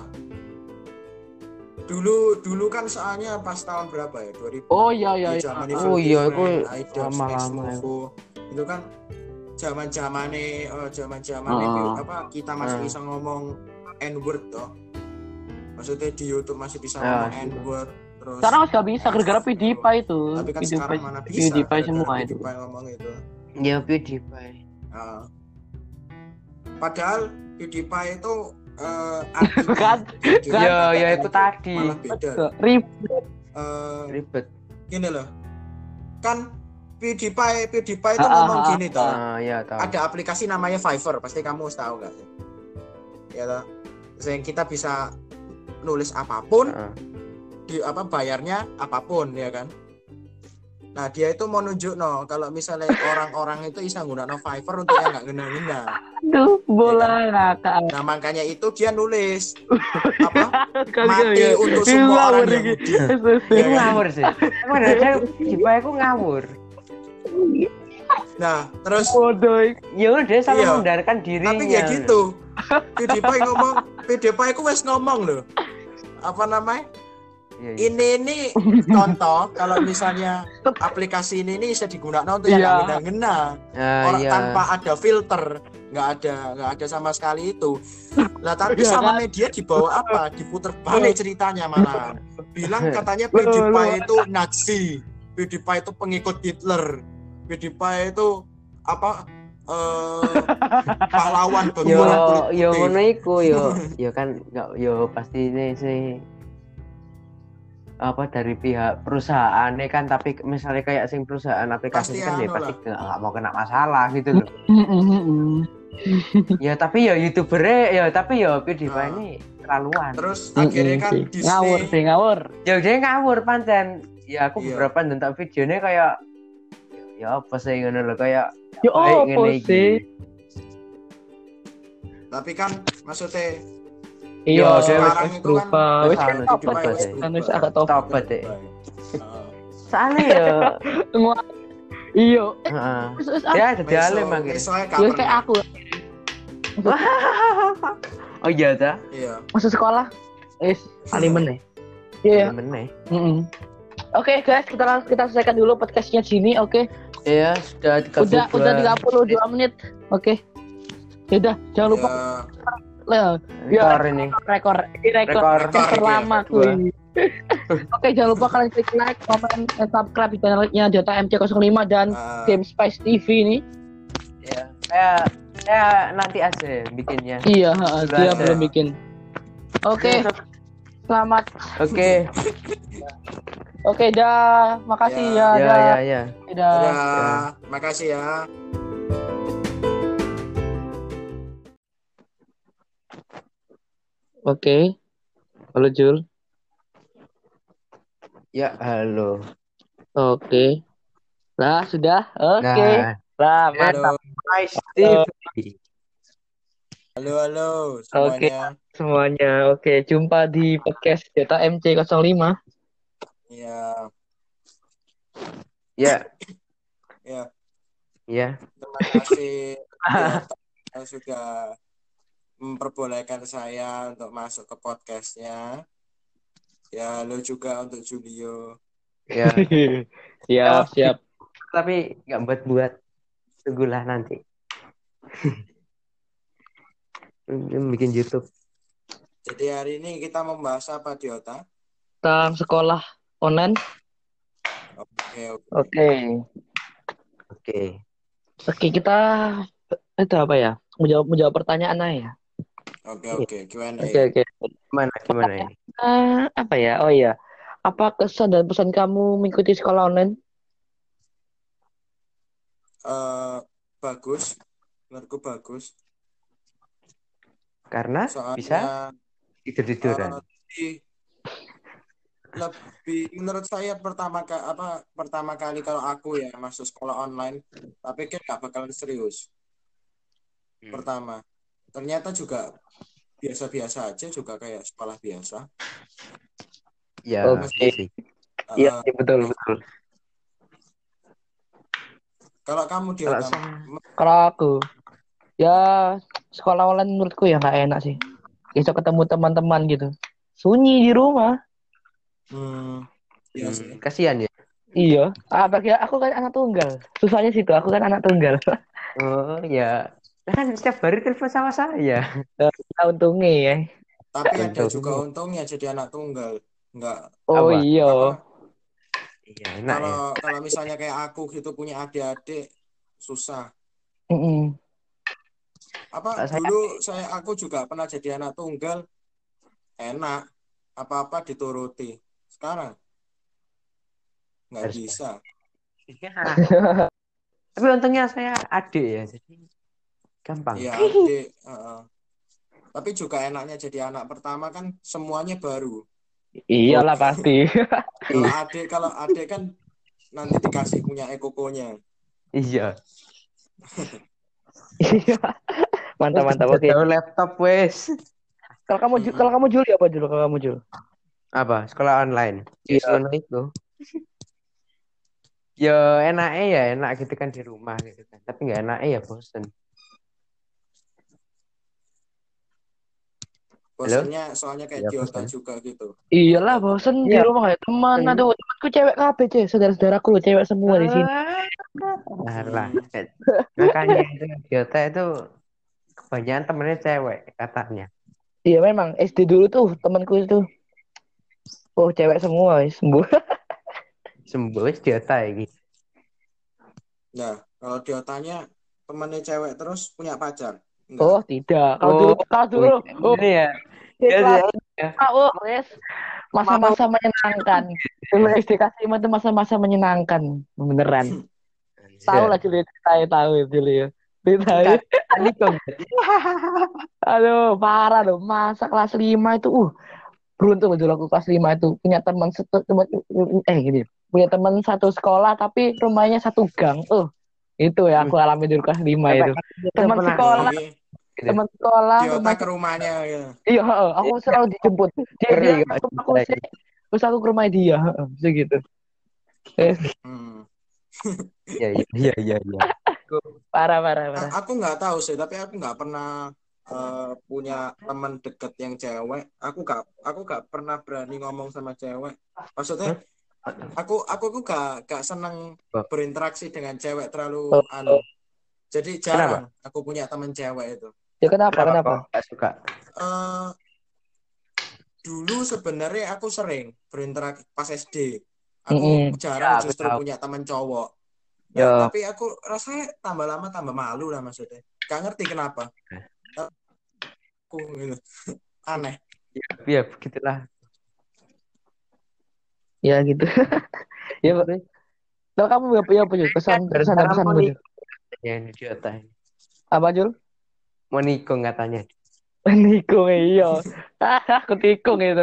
Dulu dulu kan soalnya pas tahun berapa ya? dua ribu. oh iya iya Di iya zaman Oh iya, Evil aku Friend, Idols, lama-lama ya. Exmovo. Itu kan zaman-zamane eh zaman-zamane Oh. View- apa kita masih Ah. bisa ngomong N word toh. Maksudnya di YouTube masih bisa Ah, ngomong gitu. N word terus Sekarang gak bisa gara-gara PewDiePie itu. tapi kan PewDiePie, sekarang mana bisa PewDiePie gara-gara semua itu. PewDiePie ngomong itu. Ya PewDiePie. Nah, padahal PewDiePie itu eh artinya Kan, video kan. Ya, kata ya itu itu tadi. malah beda. Ribet. Eh, Ribet. gini loh, kan PewDiePie PewDiePie itu Ah, ngomong ah, gini toh. Ah, ya tahu. Ada aplikasi namanya Fiverr, pasti kamu tahu nggak sih? Ya toh, sehingga kita bisa nulis apapun, Ah. di apa bayarnya apapun ya kan. Nah dia itu mau nunjuk no kalau misalnya orang-orang itu bisa nggunakan Fiverr untuk yang nggak ngena-ngena. Aduh, bola ngakak. Nah makanya itu dia nulis apa Kan mati ya. untuk semua orang Ngawur iki. Yahudi. Itu Ya kan? ngawur sih. Emang ada PewDiePie aku ngawur. Nah terus Bodoh. Ya udah dia sama Iya. mendarkan dirinya. tapi nggak gitu. PewDiePie ngomong, PewDiePie aku wes ngomong loh. Apa namanya? Iya, iya. Ini ini contoh kalau misalnya aplikasi ini ini bisa digunakan untuk yang Iya. nggak ngena-ngena. Ah, Orang iya. tanpa ada filter, nggak ada nggak ada sama sekali itu. Nah tapi Iya, sama kan? media dibawa apa? Diputer balik ceritanya malah. Bilang katanya PewDiePie itu Nazi, PewDiePie itu pengikut Hitler, PewDiePie itu apa? Eh, pahlawan bagi Yo, orang kulit yo putih. ngono iku yo. Yo kan nggak yo pasti ini sih apa dari pihak perusahaannya kan, tapi misalnya kayak sing perusahaan aplikasi Pasti kan ya anu pasti lah. nggak nggak mau kena masalah gitu loh. Ya tapi ya youtubernya ya tapi ya PewDiePie Nah. ini terlaluan. Terus akhirnya kan Disney ngawur sih ngawur. Ya dia ngawur pancen. Ya aku Iya. beberapa nonton videonya kayak ya apa sih ngono lho kayak Yo baik apa ngene iki. sih? tapi kan maksudnya Iya, Yo, wis sekarang wis itu berubah. kan Wis wis kan anu, tobat berubah wis sih. kan wis agak tobat. Tobat deh. Heeh. Soalnya ya Semua. Iya. heeh. Wis wis Dia ada di alim Meso- akhirnya. mesonya Ya kapan? kayak aku. Oh iya ta? Iya. Masuk sekolah. Wis alimen nih. Iya. Meneh. Mm-mm. Oke guys, kita lang- kita selesaikan dulu podcastnya sini. Oke. Iya, sudah tiga puluh Udah dua. udah tiga puluh dua menit. Oke. Ya udah, jangan lupa Ya, lah. Ya, Rekor ini. rekor ini rekor, Rekor. rekor terlama Dua. kuy. Oke, jangan lupa kalian klik like, comment, dan subscribe di channelnya Jota M C nol lima dan eh, Game Spice T V ini. Ya. Saya saya nanti aja bikinnya. Iya, ha, Sudah dia ada. belum bikin. Oke. Selamat. Oke. Oke, dah. Makasih ya. Ya dah. ya ya. Dah. dadah. Makasih ya. Oke. Halo Jul. Ya, halo. Oke. Lah, sudah. Oke. Nah, Lah, mantap Halo, Ice T V. halo, halo semuanya. semuanya. Oke, jumpa di podcast Jota M C nol lima. Ya, Ya, ya. ya. Terima kasih Jota yang sudah memperbolehkan saya untuk masuk ke podcastnya. Ya, halo juga untuk Julio. Ya. Siap, siap. Tapi nggak buat-buat. Tunggulah nanti. Bikin YouTube. Jadi hari ini kita membahas apa, Jota? Tentang sekolah online. Oke, oke. Oke. Oke. Oke, kita itu apa ya? Menjawab menjawab pertanyaan aja ya. Oke, oke. Q and A. Oke, oke. Gimana gimana ini? Eh, apa ya? Oh iya. Apa kesan dan pesan kamu mengikuti sekolah online? Eh, bagus. Menurutku bagus. Karena Soalnya bisa tidur-tiduran. eh, lebih, lebih menurut saya pertama ka- apa pertama kali kalau aku ya masuk sekolah online, tapi kan nggak bakalan serius. Hmm. Pertama, ternyata juga biasa-biasa aja, juga kayak sekolah biasa. Ya, Oke. iya sih. Eh, Iya, betul, betul. Kalau kamu dia Kalau kamu, saya Kalau aku, ya sekolah online menurutku ya nggak enak sih. Besok ketemu teman-teman gitu. Sunyi di rumah. hmm, iya sih. hmm, kasihan ya. Iya. Ah, bagi aku kan anak tunggal. Susahnya situ, aku kan anak tunggal. Oh ya. Kan setiap hari telepon sama saya. Nah, untungnya ya. Tapi ada Betul. juga untungnya jadi anak tunggal. nggak Oh Apa? iya. apa Iya, enak ya. kalau kalau misalnya kayak aku gitu punya adik-adik susah. Mm-mm. Apa Kalau saya dulu saya aku juga pernah jadi anak tunggal, enak apa-apa dituruti. Sekarang nggak harus bisa. ya. Tapi untungnya saya adik ya, jadi gampang. Iya adik. Heeh. Tapi juga enaknya jadi anak pertama kan semuanya baru. Oh, Iyalah pasti. Kalau adik kalau adik kan nanti dikasih punya ekokonya. iya. Iya. Mantap mantap. Bisa Oke. tahu laptop wes. Kalau kamu Ju- kalau Mm-mm. kamu Juli apa Jul? Kalau kamu Jul? Apa? Sekolah online. Yes, Iya. ngono itu. Ya enaknya ya enak gitu kan di rumah gitu kan. Tapi nggak enaknya ya bosen. Halo? Bosannya soalnya kayak Ya Diota bosen. juga gitu. Iyalah bosen di Iya. rumah kayak teman. bosen. Aduh, temanku cewek kabeh, cuy. Saudara-saudaraku loh, cewek semua di sini. Ah, alah. Hmm. Makanya itu Jota itu kebanyakan temennya cewek katanya. Iya memang S D dulu tuh temanku itu. Oh, cewek semua, wis. Sembuh. Sembuh Jota ini. Nah, kalau Diotanya temannya cewek terus punya pacar? Enggak. Oh, tidak. Kalau Oh, dulu kalau dulu oh, ini ya. di Ya, kelas ya, ya. lima, oh, wis. Mau Masa-masa menyenangkan. Dulu S D kelas lima itu masa-masa menyenangkan. Beneran. Tahu lah anjir. Juli, saya tahu itu Juli ya. Tahu. Enggak, tadi kok. Aduh, parah loh. Masa kelas lima itu, uh, beruntung aja aku kelas lima itu punya teman satu teman eh gini, punya teman satu sekolah tapi rumahnya satu gang. Oh, itu ya aku alami di kelas lima Sampai itu. kita Teman pernah Oh, sekolah, iya. gitu. teman sekolah Diota rumahnya. ke rumahnya ya. Iya, heeh, aku selalu dijemput. Dia Ngeri dia kok ke rumahku cerita sih, ini. terus aku ke rumah dia, heeh, segitu. Eh, Hmm. Iya, iya, iya, iya, iya. parah parah A- parah. aku nggak tahu sih, tapi aku nggak pernah eh, punya teman deket yang cewek. Aku nggak, aku nggak pernah berani ngomong sama cewek. Maksudnya, Hah? aku aku tuh gak gak seneng Oh, berinteraksi dengan cewek terlalu Oh, anu. Jadi jarang kenapa? aku punya teman cewek itu. ya kenapa Kenapa kenapa? kok nggak suka? eh Dulu sebenarnya aku sering berinteraksi pas S D. Aku Mm-mm. jarang Ya, aku justru tahu. punya teman cowok. Nah, Ya, tapi aku rasanya tambah lama tambah malu lah maksudnya. Gak ngerti kenapa. Aku gitu. Aneh. Ya, ya begitulah. ya gitu. Ya, Pak. Terus Kalau kamu apa ya apa Jul? Pesan pesan dan berencana pesan mau Jul? nikah ya ini Jota ini. Apa Jul? Mau nikung katanya. Nikung iya. Ah, aku tikung itu.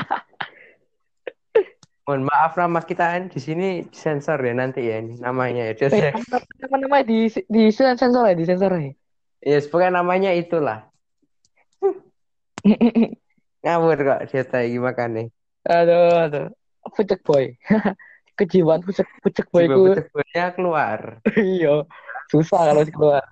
Mohon maaf nama kita kan di sini sensor ya nanti ya ini namanya ya Eh, Jota. apa namanya di di sensor ya, di sensor ya. Ya pokoknya namanya itulah. Ngawur kok Jota ini makanya. Aduh, aduh. Pucek boy. Kejiwaan pucek pucek Coba boyku. betul-betulnya keluar. Iya. Susah kalau keluar.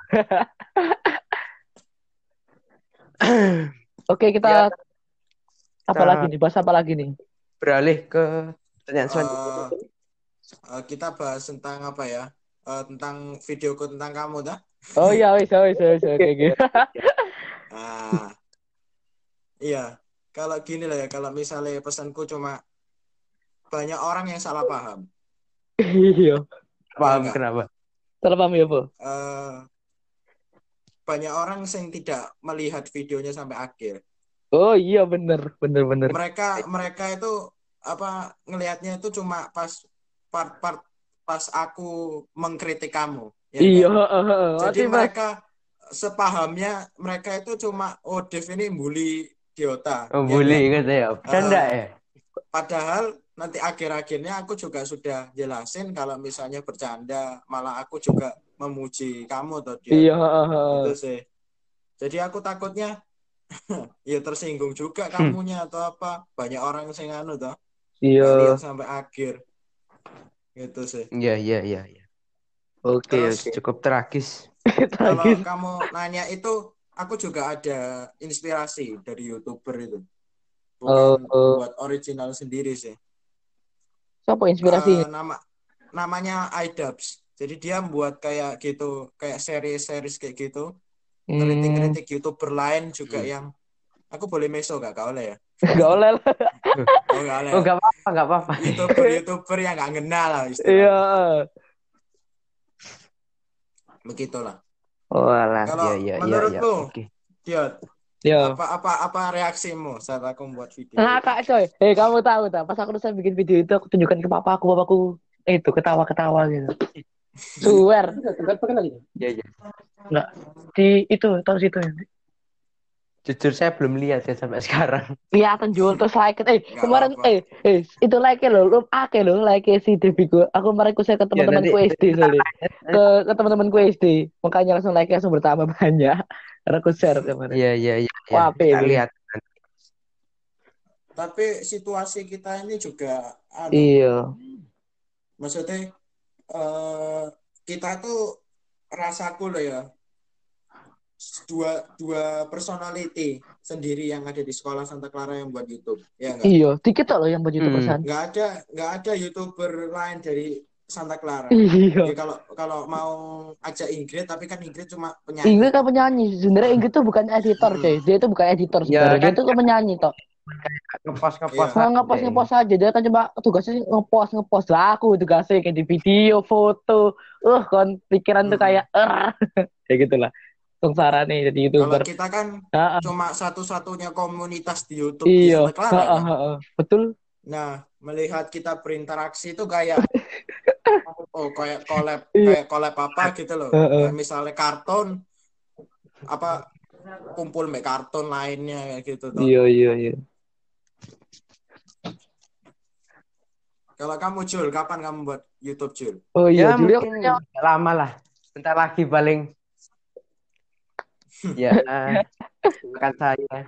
Oke, Ya kita apa lagi kita nih? Bahas apa lagi nih? beralih ke pertanyaan selanjutnya. Eh eh, kita bahas tentang apa ya? Eh, tentang videoku tentang kamu dah. Oh iya, wis, wis, wis, oke, oke. Ah, iya. Kalau gini lah ya, kalau misalnya pesanku cuma banyak orang yang salah paham. Iya. Ya Paham enggak? kenapa? Salah paham ya, Bu? Eh banyak orang yang tidak melihat videonya sampai akhir. Oh iya, bener, bener, bener. Mereka mereka itu apa ngelihatnya itu cuma pas part-part pas aku mengkritik kamu, ya Iya, enggak? heeh, heeh. Jadi Berarti pas mereka sepahamnya mereka itu cuma oh Dev ini bully Diota, Oh, ya bully enggak? gitu ya. Bercanda Eh, ya. Padahal nanti akhir-akhirnya aku juga sudah jelasin kalau misalnya bercanda, malah aku juga memuji kamu atau dia. iya, heeh, heeh. Itu sih. Jadi aku takutnya ya tersinggung juga Hmm. kamunya atau apa. Banyak orang yang anu toh, Iya. nggak lihat sampai akhir. Gitu sih. Iya, iya, iya, iya. Oke, Terus oke. Cukup tragis. kalau Tragis. kamu nanya itu, aku juga ada inspirasi dari YouTuber itu. Oh, Bukan oh. buat original sendiri sih. Siapa inspirasinya? Eh, nama namanya iDubbbz. Jadi dia membuat kayak gitu, kayak series-series kayak gitu, Hmm, ngeritik-ngeritik YouTuber lain juga Hmm. yang aku boleh meso gak kau ya? gak oleh lah. Oh enggak lah. Oh, enggak apa-apa, enggak apa-apa. YouTuber-YouTuber yang nggak kenal lah Iya. istilahnya. Begitulah. Oh, alah. Kalau Ya, ya, ya, ya. menurutmu, Oke. Diot, Iya. apa apa apa reaksimu saat aku membuat video itu? Ngakak coy. Eh kamu tahu tak? Pas aku udah bikin video itu aku tunjukkan ke papaku, papaku eh, itu ketawa-ketawa gitu. Swear. Ya, ya. Enggak. Di itu tahu situ ya. Jujur saya belum lihat ya sampai sekarang. Kelihatan jual terus like eh Nggak kemarin apa-apa. eh eh itu like lo lu ake lo like si Deviku. Aku kemarin ku share ke Ya, teman-temanku nanti- S D soalnya. Ke ke teman-temanku S D. Makanya langsung like langsung bertambah banyak. Karena aku share kemarin. Iya, iya, iya. Wah, Ya. apa Kita itu? lihat. Tapi situasi kita ini juga anu, Iya. maksudnya eh, kita tuh rasaku loh ya dua dua personality sendiri yang ada di sekolah Santa Clara yang buat YouTube ya enggak Iya, dikit loh yang buat YouTube Hmm. pesan. nggak ada nggak ada YouTuber lain dari Santa Clara. Iya. Ya kalau kalau mau ajak Ingrid tapi kan Ingrid cuma penyanyi. Ingrid kan penyanyi. Sebenarnya Ingrid tuh bukan editor, Hmm. coy. Dia itu bukan editor Ya, sebenarnya. Dia kan- itu tuh penyanyi toh. Ngepost, ngepost. Iya. Nggak ngepost ngepost aja. Dia kan cuma tugasnya sih ngepost ngepost lah. Aku tugasnya kayak di video, foto. Uh, kon pikiran tuh Hmm. kayak er. Kayak gitulah. Sengsara nih jadi Kalau YouTuber. kita kan Heeh. cuma satu-satunya komunitas di YouTube di Iya. Santa Clara Heeh, kan. heeh. Betul. Nah, melihat kita berinteraksi itu kayak oh kayak collab Iya. kayak collab apa gitu loh. Heeh. Kayak misalnya kartun apa kumpul make kartun lainnya kayak gitu tuh. Iya, iya, iya. Kalau kamu Jul, kapan kamu buat YouTube Jul? Oh iya, Ya, Julio mungkin nggak lama lah. Bentar lagi paling. Ya, makan saya.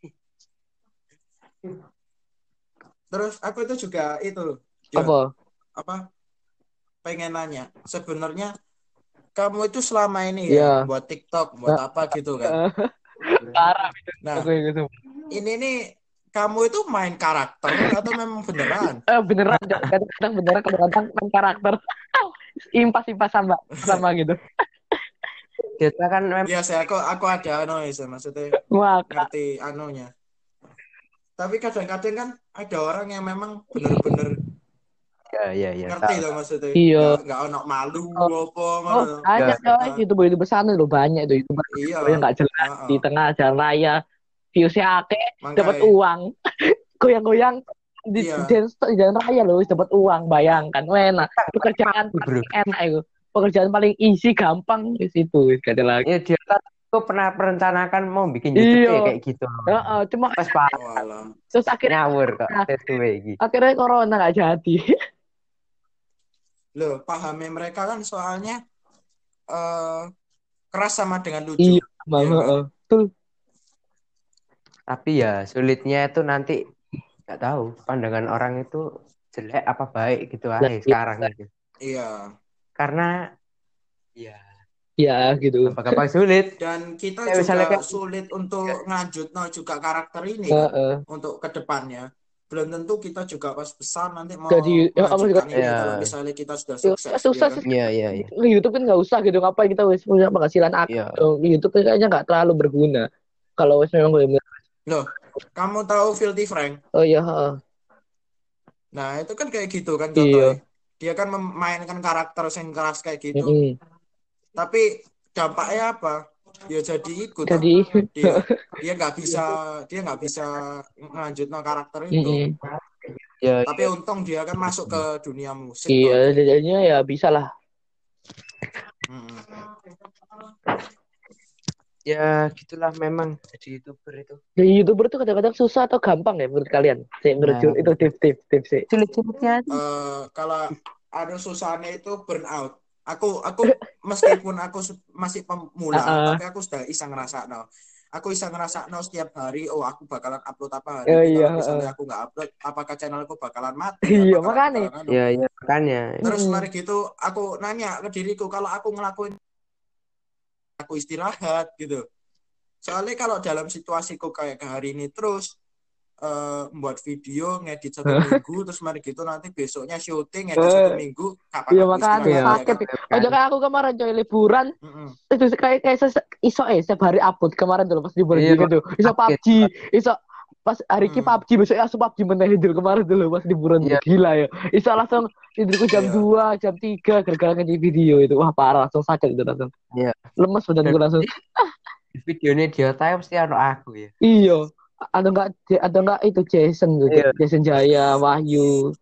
Terus aku itu juga itu Jul, apa? apa pengen nanya sebenarnya kamu itu selama ini Iya. ya buat TikTok buat apa gitu kan. Parah. Nah, Aku yang gitu. ini nih kamu itu main karakter atau memang beneran? Eh beneran, Cok. Kadang-kadang beneran, kadang-kadang main karakter. Impas-impas sama sama gitu. Kita kan memang Iya sih, aku aku ada anu ya, maksudnya Wah, ngerti anunya. Tapi kadang-kadang kan ada orang yang memang bener-bener ya, ya, ya. ngerti loh maksudnya. Iya. Nggak, nggak ono malu Oh. apa Oh, ngono. banyak Ya. coy, YouTuber YouTuber sana loh banyak tuh YouTuber Iya. yang nggak jelas Heeh. di tengah jalan raya, viewsnya akeh, Makanya, dapat uang, goyang-goyang di Iya. dance di jalan raya loh, dapat uang, bayangkan, enak, pekerjaan Bro. paling enak itu, pekerjaan paling easy, gampang di situ, gak ada lagi. Ya, dia kan aku pernah merencanakan mau bikin YouTube Iya. ya kayak gitu. Heeh, cuma Pas pak Oh, alah. terus akhirnya ngawur kok Nah. sesuai gitu. akhirnya corona nggak jadi. Loh, pahami mereka kan soalnya eh keras sama dengan lucu. Iya, bang, Iya, heeh. Betul. Tapi ya sulitnya itu nanti nggak tahu pandangan orang itu jelek apa baik gitu aja Nah, sekarang gitu. Iya. Karena ya Ya gitu. gampang-gampang sulit. Dan kita Ya, juga misalnya kan- sulit untuk ngelanjut no juga karakter ini kan, Heeh. untuk kedepannya. Belum tentu kita juga pas besar nanti mau Jadi, ya, apa melanjutkan juga- ini Ya. kalau misalnya kita sudah Ya, sukses. susah ya kan? sih. Iya, iya, iya. Di YouTube kan nggak usah gitu, ngapain kita wis punya penghasilan aktif. Iya. Di YouTube kan kayaknya nggak terlalu berguna. Kalau wis memang benar. Loh, kamu tahu Filthy Frank? Oh iya, heeh. Nah, itu kan kayak gitu kan Iya. contohnya. Dia kan memainkan karakter yang keras kayak gitu. Mm-mm. Tapi dampaknya apa? Ya jadi ikut. Jadi, dia dia nggak bisa dia nggak bisa ngelanjut no karakter itu. mm-mm. Ya, Tapi untung dia kan masuk ke dunia musik. Iya, toh. jadinya ya bisa lah. Mm-mm. ya gitulah memang jadi YouTuber itu. Jadi YouTuber tuh kadang-kadang susah atau gampang ya menurut kalian? Saya menurut Nah. Jul, itu tips-tips tips sih. Sulit-sulitnya Eh, kalau ada susahnya itu burnout. Aku aku meskipun aku su- masih pemula, Uh-uh. tapi aku sudah bisa ngerasa no. Aku bisa ngerasa no setiap hari. Oh, aku bakalan upload apa hari Oh, ini. iya, Kalau misalnya uh. aku nggak upload, apakah channelku bakalan mati? Iya, Apakah makanya. bakalan anu? ya, ya makanya. Terus Mm. mari gitu aku nanya ke diriku, kalau aku ngelakuin aku istirahat gitu. Soalnya kalau dalam situasiku kayak ke hari ini terus eh, membuat video, ngedit satu minggu, terus mari gitu nanti besoknya syuting, ngedit satu minggu, kapan Iya aku makanya istirahat, ya sakit. kan? Oh, kayak aku kemarin coy liburan Mm-mm. itu kayak kayak ses- iso eh setiap hari upload kemarin tuh pas liburan Iya, gitu. Iso sakit. P U B G, iso Pas hari ini Hmm. P U B G besoknya langsung P U B G meneh dulu kemarin dulu pas liburan Iya. gila ya. Bisa langsung tidurku jam Iya. dua, jam tiga gara-gara ngedit video itu. Wah, parah langsung sakit itu langsung. Iya. Lemes badanku langsung. Di videonya dia tahu pasti ada aku ya. Iya. Ada enggak ada enggak itu Jason gitu. Iya. Jason Jaya, Wahyu.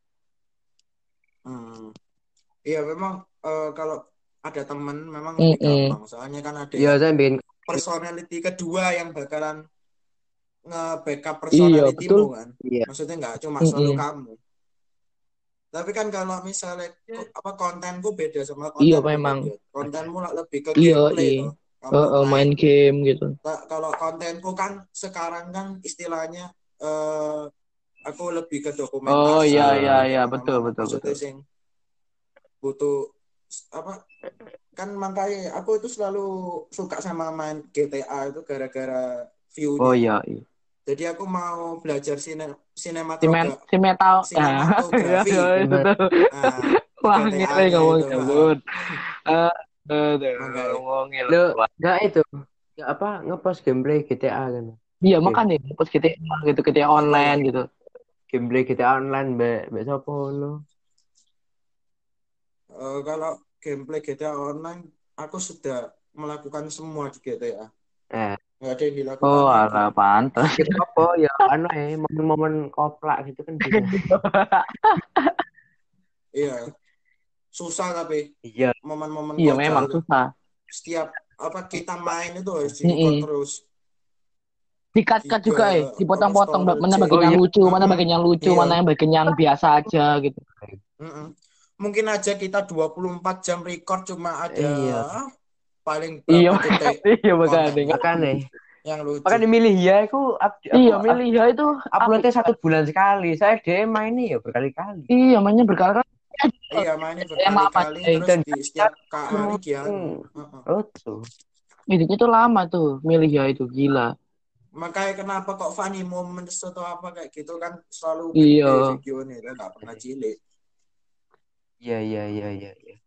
Hmm. Iya memang eh, kalau ada teman memang lebih Mm-mm. gampang. Soalnya kan ada Iya, yang saya bikin personality kedua yang bakalan nge-backup Iya, personality-mu betul. kan. iya. Maksudnya nggak cuma selalu Mm-mm. kamu. Tapi kan kalau misalnya ko- apa kontenku beda sama Iya kontenmu kan memang. ya. Kontenmu lah lebih ke Iya, gameplay iya. toh. Kamu Heeh, main main. game gitu. Ta- Kalau kontenku kan sekarang kan istilahnya eh aku lebih ke Oh dokumentasi iya iya kan iya yang betul memang betul maksudnya betul. sing butuh s- apa kan makanya aku itu selalu suka sama main G T A itu gara-gara Oh view-nya. iya, iya. Jadi aku mau belajar sine, Si men sinematoga, si metal. Ah, iya sinematografi. iya itu tuh. Nah, di Wah, ngeri G T A-nya ngomong itu. Heeh. cabut. Eh, aduh, Makanya. ngomongin. Lo enggak itu. Enggak apa ngepost gameplay G T A kan. Iya Oke. makanya pas kita gitu kita online Makanya. gitu. Gameplay G T A online mbak mbak siapa lo? Eh, kalau gameplay G T A online, aku sudah melakukan semua di G T A. Eh, Nggak ada yang dilakukan Oh, lagi. alah pantas. gitu apa ya anu ya momen-momen koplak gitu kan bisa. Iya, susah tapi Iya. momen-momen Iya kocak memang itu. susah. Setiap apa kita main itu harus Mm-mm. di-record terus. Dikat-kat Tiga juga eh, apa dipotong-potong storage. mana bagian Oh yang iya. lucu, mana Mm-mm. bagian yang lucu, Iya. mana yang bagian yang biasa aja gitu. Mm-mm. Mungkin aja kita dua puluh empat jam record cuma ada Iya. paling Iya berapa detik iya makanya. konten Makanya yang lucu. makanya milih ya aku up, aku Iya up, milih ya itu uploadnya apa? satu bulan sekali. Saya D M main ini ya berkali-kali. Iya mainnya berkali-kali. Iya, mainnya Emang apa? berkali-kali Eh, terus Dan di setiap ka- hari dia hmm, Heeh. oh tuh. Hidupnya tuh lama tuh milih ya itu gila. Makanya kenapa kok funny moments atau apa kayak gitu kan selalu Iya. gede videonya itu nggak pernah cilik. Iya iya iya iya. iya.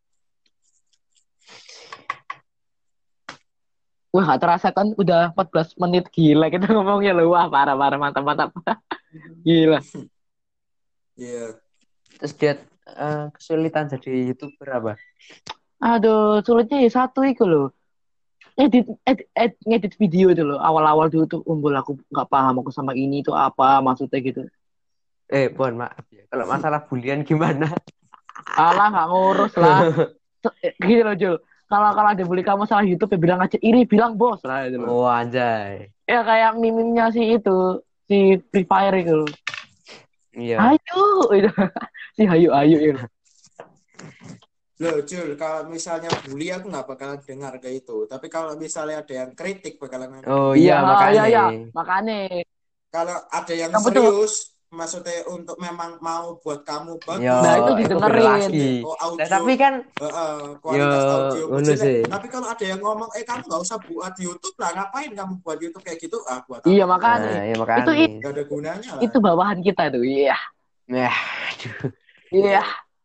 Wah gak terasa kan udah empat belas menit gila kita ngomongnya loh. Wah parah parah mantap mantap. Gila. Iya. Terus dia eh, kesulitan jadi YouTuber apa? Aduh sulitnya ya satu itu loh. Edit, edit, edit, ngedit video itu loh. Awal-awal dulu tuh umbul aku nggak paham aku sama ini itu apa maksudnya gitu. Eh, mohon maaf ya. Kalau masalah bulian gimana? Alah nggak ngurus lah. Gini loh Jul. Kalau kalau ada bully kamu salah YouTube ya bilang aja iri bilang bos lah itu loh. Oh anjay. Ya kayak mimimnya si itu si Free Fire itu loh. Iya. Ayo itu si ayo ayo itu. Loh, Jul, kalau misalnya bully aku nggak bakalan dengar kayak itu. Tapi kalau misalnya ada yang kritik bakalan. Oh iya makanya. Iya iya makanya. Kalau ada yang Yang betul. serius, maksudnya untuk memang mau buat kamu bagus. Yo, Nah, itu didengerin. lagi. Oh, audio. Nah, tapi kan uh, kualitas yo, audio ngono jelek. sih. Tapi kalau ada yang ngomong, eh kamu nggak usah buat YouTube lah, ngapain kamu buat YouTube kayak gitu? Ah, buat Iya apa? makanya. Nah, iya makanya. Itu itu, Gak ada gunanya lah. itu bawahan kita tuh. Iya. Nah, aduh. Iya.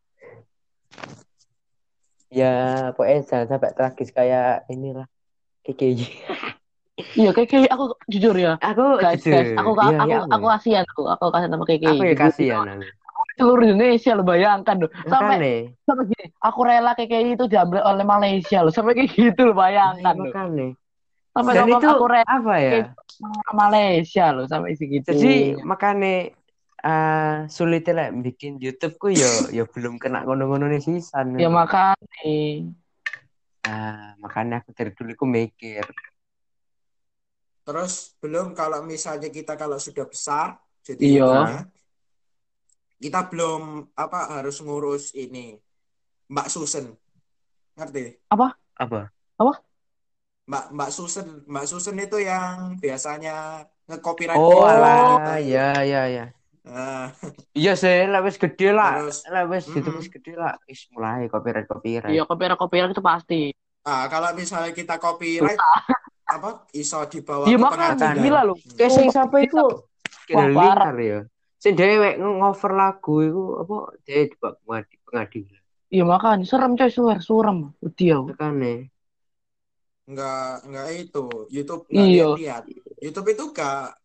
Ya, pokoknya jangan sampai tragis kayak inilah. K K I. Iya kayak kayak aku jujur ya. Aku Guys, jujur. guys, aku Iya, aku iya, aku ya. kasihan aku, aku kasihan sama K K I. Aku ya kasihan aku. Seluruh Indonesia lo bayangkan loh. Sampai Makanya. sampai gini, aku rela K K I itu diambil oleh Malaysia loh. Sampai kayak gitu lo bayangkan loh. Makanya. Sampai Dan ngomong itu aku rela apa ya? Malaysia loh sampai segitu. Jadi makanya uh, sulitnya lah bikin YouTube ku yo yo belum kena ngono-ngono nih sisan. Ya makanya. Nah, makanya aku dari dulu aku mikir. Terus belum kalau misalnya kita kalau sudah besar, jadi Iya. YouTubernya, kita belum apa harus ngurus ini Mbak Susan, ngerti? Apa? Apa? Apa? Mbak Mbak Susan, Mbak Susan itu yang biasanya nge-copyright Oh, kita. alah, ya ya ya. Nah, iya sih, lah wis gede lah. Terus, Lah wis mm-mm. gitu wis gede lah. Is mulai copyright copyright. Iya copyright copyright itu pasti. ah kalau misalnya kita copyright apa iso dibawa Iya ke makanya pengadilan. gila loh. Kayak sing sapa iku? Wah, Kira parah. liar ya. Sing dhewe ngover lagu iku apa dhewe dibawa ke pengadilan. Iya makanya serem coy suwer surem. Udah. Tekane. Enggak enggak itu YouTube enggak Iya. lihat. YouTube itu enggak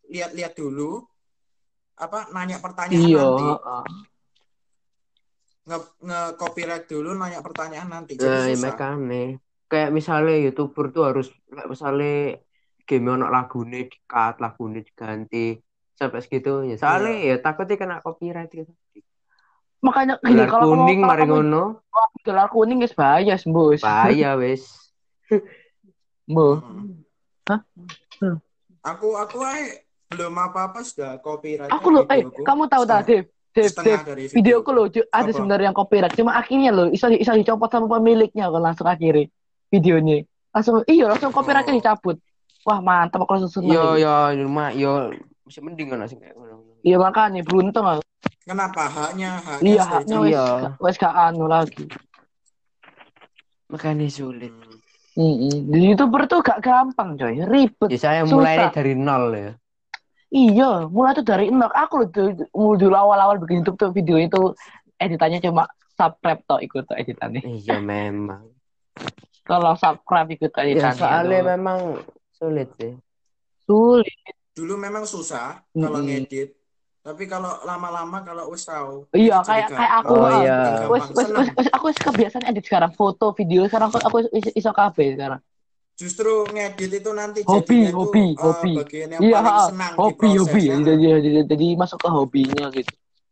lihat-lihat dulu apa nanya pertanyaan Iya, nanti. heeh. Nge, nge copyright dulu nanya pertanyaan nanti. Jadi Nah, ya susah. makanya kayak misalnya YouTuber tuh harus kayak misalnya game ono lagune di-cut, lagune diganti sampai segitunya. Soalnya Iya. ya takutnya kena copyright gitu. Makanya gini, Gelar kalau kamu kuning kalau mari kamu ngono, gelar kuning guys bahaya, bos. bahaya wis. Bos. Mm-mm. Hah? Hmm. Aku aku ae belum apa-apa sudah copyright Aku loh, eh, videoku kamu tahu tak, setengah Dev? Dev, setengah Dev, dari videoku videoku. loh, ju- ada Apa? sebenarnya yang copyright. Cuma akhirnya loh, bisa bisa dicopot sama pemiliknya kan langsung akhirnya videonya. Langsung, iya langsung copyrightnya Oh, dicabut. Wah mantap, aku langsung seneng Yo itu. yo cuma yo masih mending kan sih kayak ngono. Iya makanya beruntung aku. kenapa haknya haknya Iya sudah haknya wes Iya, dicabut? wes gak anu lagi. makanya sulit. Hmm. Mm-mm. Di YouTuber tuh gak gampang coy, ribet, Ya saya mulainya susah. dari nol ya. Iya, mulai tuh dari nol. Aku loh tuh, mulai dulu awal-awal bikin YouTube tuh video itu editannya cuma subscribe toh ikut tuh editannya. Iya memang. Tolong subscribe ikut Ya editannya soalnya tuh. memang sulit sih. Sulit. Dulu memang susah kalau Mm-mm. ngedit, tapi kalau lama-lama kalau wis tahu Iya, itu jadi kayak gak kayak aku, Oh heeh. bukan iya. bukan Wes gampang, wes wes seneng. wes- aku wes kebiasaan edit sekarang foto video sekarang aku, aku is- iso kabeh sekarang. Justru ngedit itu nanti Hobi, jadinya itu hobi, eh, hobi. bagian yang Iya, paling heeh. senang Hobi, hobi. diprosesnya. Jadi, jadi, jadi, jadi masuk ke hobinya gitu.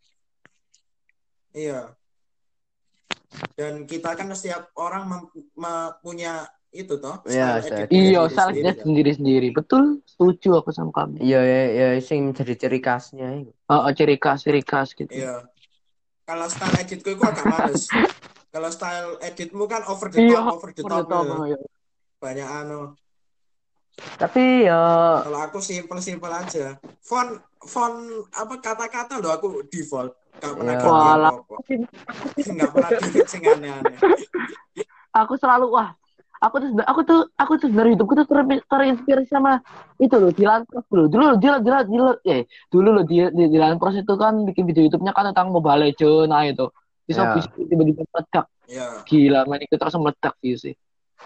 Iya. Dan kita kan setiap orang mem- me- punya itu toh Ya, style saya editnya Iya, sendiri-sendiri salahnya kan. sendiri-sendiri. Betul, setuju aku sama kamu. Iya ya, ya sing jadi ciri khasnya itu. Heeh, ciri khas, ciri khas gitu. Iya. Kalau style editku itu agak males. Kalau style editmu kan over the Iya, top, over the over the top top, gitu. ya. Banyak anu. Tapi ya Kalau aku simple-simple aja. Font font apa kata-kata loh aku default. Gak pernah Ya. ganti walah, apa-apa. Gak pernah delete sing aneh-aneh. aku selalu wah, aku tuh aku tuh aku tuh dari hidupku tuh ter- terinspirasi sama itu loh, Dilan Pros dulu. Dulu loh, Dilan Dilan Dilan eh dulu loh di di Dilan Pros itu kan bikin video YouTube-nya kan tentang Mobile Legends, nah itu. Bisa Ya. bisa tiba-tiba meledak. Iya. Gila, main itu terus meledak views sih.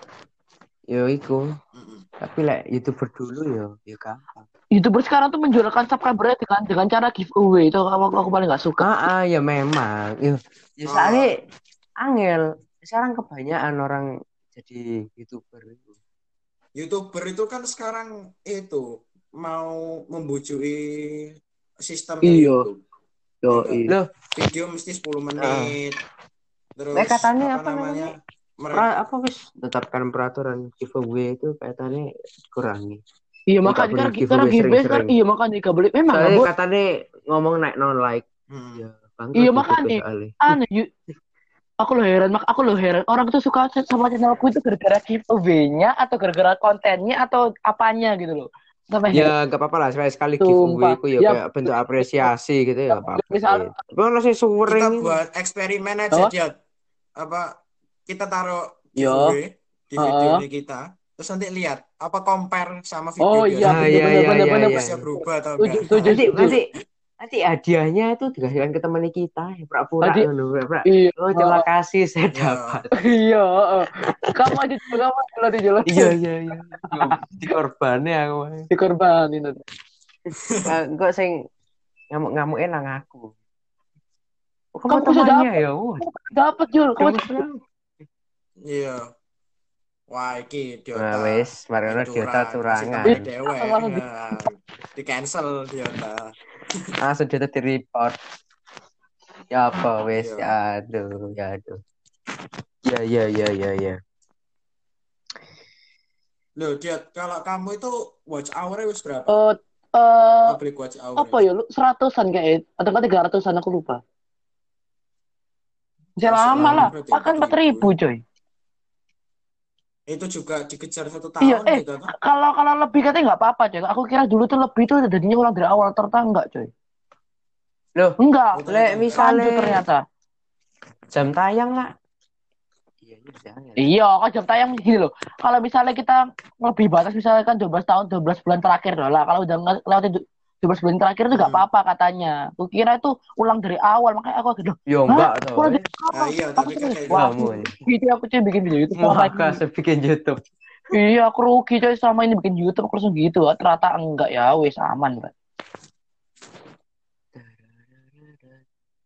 Yo iku. Mm-mm. Tapi lek YouTuber dulu yo, yo gampang. YouTuber sekarang tuh menjualkan subscriber dengan dengan cara giveaway itu aku, aku paling gak suka. Ah, ah ya memang. Yo, ya Oh. soalnya angel. Sekarang kebanyakan orang jadi YouTuber itu. YouTuber itu kan sekarang itu mau membujui sistemnya Iya. YouTube. Yo, Gitu. iya. Loh, Video mesti sepuluh menit. Terus Lek katanya apa apa namanya? pra, Mereka apa wis tetapkan peraturan giveaway itu katanya kurangi. Iya Nggak makanya boleh sekarang giveaway sekarang giveaway sekarang sering-sering. iya makanya gak boleh memang gak Soalnya boleh. katanya ngomong naik non like. hmm. Ya, bangkrut Iya YouTube makanya soalnya. aneh yu- aku lo heran mak aku lo heran orang tuh suka sama channelku itu gara-gara giveaway-nya atau gara-gara kontennya atau apanya gitu loh sampai heran. Ya nggak apa-apa lah sekali-sekali Sumpah. giveaway ku ya Ya, kayak bentuk apresiasi gitu ya nggak apa-apa. misal- Tapi kan masih Kita suwering. buat eksperimen aja Apa? dia. Apa kita taruh Yo. giveaway di video Uh-uh. ini kita. Terus nanti lihat apa compare sama Oh video iya biasa. Ah, iya, bener iya, bener iya, bener iya. Bisa berubah atau Setuju, enggak. setuju. Nanti nanti nanti hadiahnya itu dikasihkan ke teman kita ya pura-pura Hadi- ngono, pura-pura. Iya. Oh terima kasih saya Iya. dapat. Iya, heeh. Kamu aja juga kamu kalau dijelas Iya iya iya. Dikorbannya aku. dikorbanin. Enggak sing ngamuk-ngamukin nang aku. Oh, Kamu kamu bisa temannya ya? Wah, Dapat Jul. Kamu terus Iya. Wah, iki Nah, Diota. wes, Mariono Diota curangan. Dewe. Di cancel Diota. Langsung Diota di report. Ya apa wes, Iya. ya aduh, ya aduh. Ya ya ya ya ya. Loh, Diot, kalau kamu itu watch hour-nya wis berapa? Eh eh Public watch hour. apa ya lu seratusan kayak atau kan tiga ratusan aku lupa. Masih Masih lama lama lah, berarti, bahkan empat empat ribu ribu. coy. Itu juga dikejar satu Iya, tahun eh gitu kan? kalau kalau lebih katanya nggak apa-apa coy. Aku kira dulu tuh lebih tuh jadinya ulang dari awal ternyata enggak coy. Loh, Enggak, Oh, lek ternyata misalnya lanjut ternyata. jam tayang lah. Iya, iya jangan. Iya, kan jam tayang gini loh. Kalau misalnya kita lebih batas misalnya kan dua belas tahun, dua belas bulan terakhir loh lah. Kalau udah nge- lewat dua belas bulan terakhir itu nggak Hmm. apa-apa katanya. Aku kira itu ulang dari awal, makanya aku agak Yo hah? enggak tuh. Ulang eh. dari awal. Ah, iya, Aku tapi kan tuh, kayak wah, Kamu ya. gitu aku cuy bikin video itu Mau sama kasih bikin YouTube. Iya, aku rugi coy sama ini bikin YouTube aku langsung gitu. Ternyata enggak ya, wes aman, Pak.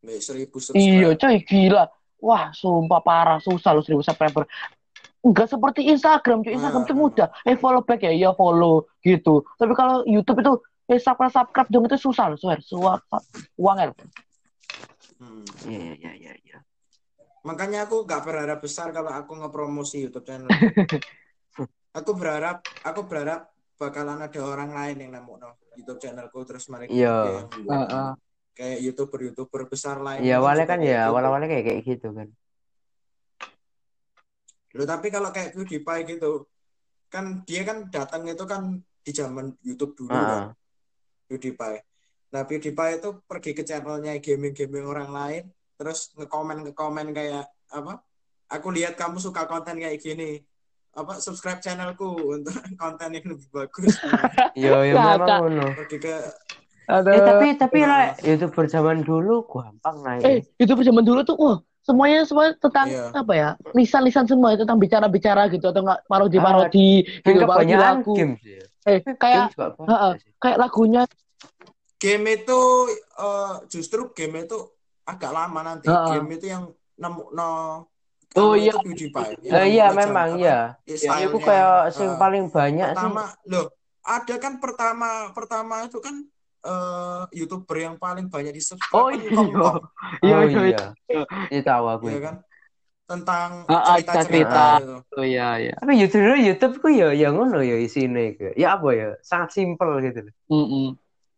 Mbak seribu Iya, subscribe. coy, gila. Wah, sumpah parah, susah loh seribu subscriber. Enggak seperti Instagram, cuy. Instagram tuh Ah, mudah. Eh, follow back ya, iya follow gitu. Tapi kalau YouTube itu, eh, subscribe, subscribe dong itu susah loh, swear. Suap, uang ya. hmm. Iya iya iya iya. iya. Makanya aku nggak berharap besar kalau aku ngepromosi YouTube channelku. Aku berharap, aku berharap bakalan ada orang lain yang nemu no YouTube channelku terus mereka Iya. yang membuat ini. Heeh. Kayak YouTuber-YouTuber besar Iya lainnya kan awalnya juga kan ya kayak gitu. awal-awalnya kayak kayak gitu kan. Loh, tapi kalau kayak PewDiePie gitu, kan dia kan datang itu kan di zaman YouTube dulu kan, Heeh. PewDiePie. Nah, PewDiePie itu pergi ke channelnya gaming-gaming orang lain, terus ngekomen-ngekomen kayak apa? Aku lihat kamu suka konten kayak gini. Apa subscribe channelku untuk konten yang lebih bagus. Iya ya memang Kakak. ngono. Pergi ke Eh Aduh. tapi tapi lah Heeh, YouTuber zaman dulu gampang Eh, naiknya. itu zaman dulu tuh, wah, semuanya semua tentang iya. apa ya? Lisan-lisan semua tentang bicara-bicara gitu atau enggak Ah, parodi-parodi dan gitu, parodi kebanyakan lagu. game sih. Ya. Eh, Tapi game kayak juga heeh, banyak sih. kayak lagunya. Game itu eh, justru game itu agak lama nanti. Heeh. Game itu yang nemu no Oh anu iya, itu PewDiePie yang Eh nemu iya no jam memang apa ya. ya, iya. Itu stylenya. kayak sing Eh, paling banyak sih. pertama loh ada kan pertama pertama itu kan eh, YouTuber yang paling banyak di subscribe Oh kan iya, Kong Kong iya, Oh iya, iya, iya. itu tahu aku ya itu. kan tentang Heeh, cerita-cerita cerita-cerita. Heeh. gitu. Oh iya, iya. Tapi YouTube YouTube ku ya ya ngono ya isine ke. Ya apa ya? Sangat simpel gitu loh. Mm-mm.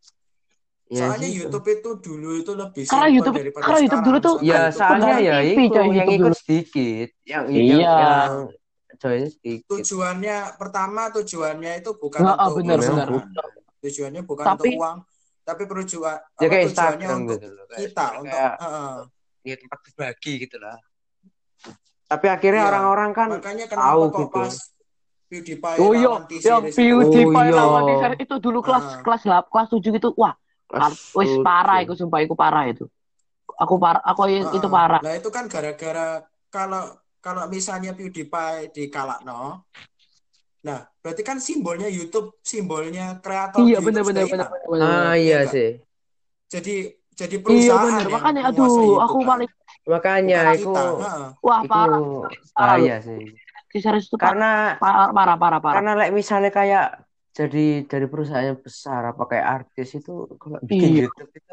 Ya Soalnya gitu. YouTube itu dulu itu lebih Karena simpel YouTube, daripada karena YouTube dulu sekarang. tuh Soalnya Ya kan YouTube soalnya kan pendanaan ya T V, iku coy, yang YouTube ikut dulu. sedikit, yang yang Iya. yang eh, join sedikit. tujuannya pertama tujuannya itu bukan Heeh, untuk Ya memang benar-benar. perusahaan, bukan. tujuannya bukan untuk Tapi uang, tapi perjuan Ya apa kayak tujuannya Instagram untuk gitu loh, kayak kita sebenarnya untuk kayak eh, eh, ya tempat berbagi gitu lah. Tapi akhirnya iya orang-orang kan makanya tahu kenapa kok gitu. pas PewDiePie oh iya, lawan yang T-Series itu Oh PewDiePie iya, lawan T-Series itu dulu eh, kelas eh, kelas delapan, kelas tujuh gitu. Wah, pas par- wis parah tujuh. itu, sumpah itu parah itu. Aku parah, aku eh, itu eh. parah. Nah itu kan gara-gara kalau kalau misalnya PewDiePie di Kalakno, nah berarti kan simbolnya YouTube, simbolnya kreator Iya, di benar YouTube sudah benar benar hilang, benar benar. Ah Benar. ya iya enggak? sih. Jadi jadi Iya perusahaan benar. yang Makanya aduh, menguasai aku YouTube kan, paling Makanya bukan aku kita. Heeh. wah aku parah, parah loh. bahaya sih. T-Series itu parah, Karena parah, parah, parah, parah. karena like, misalnya kayak jadi dari perusahaan yang besar apa kayak artis itu kalau bikin Iya, YouTube itu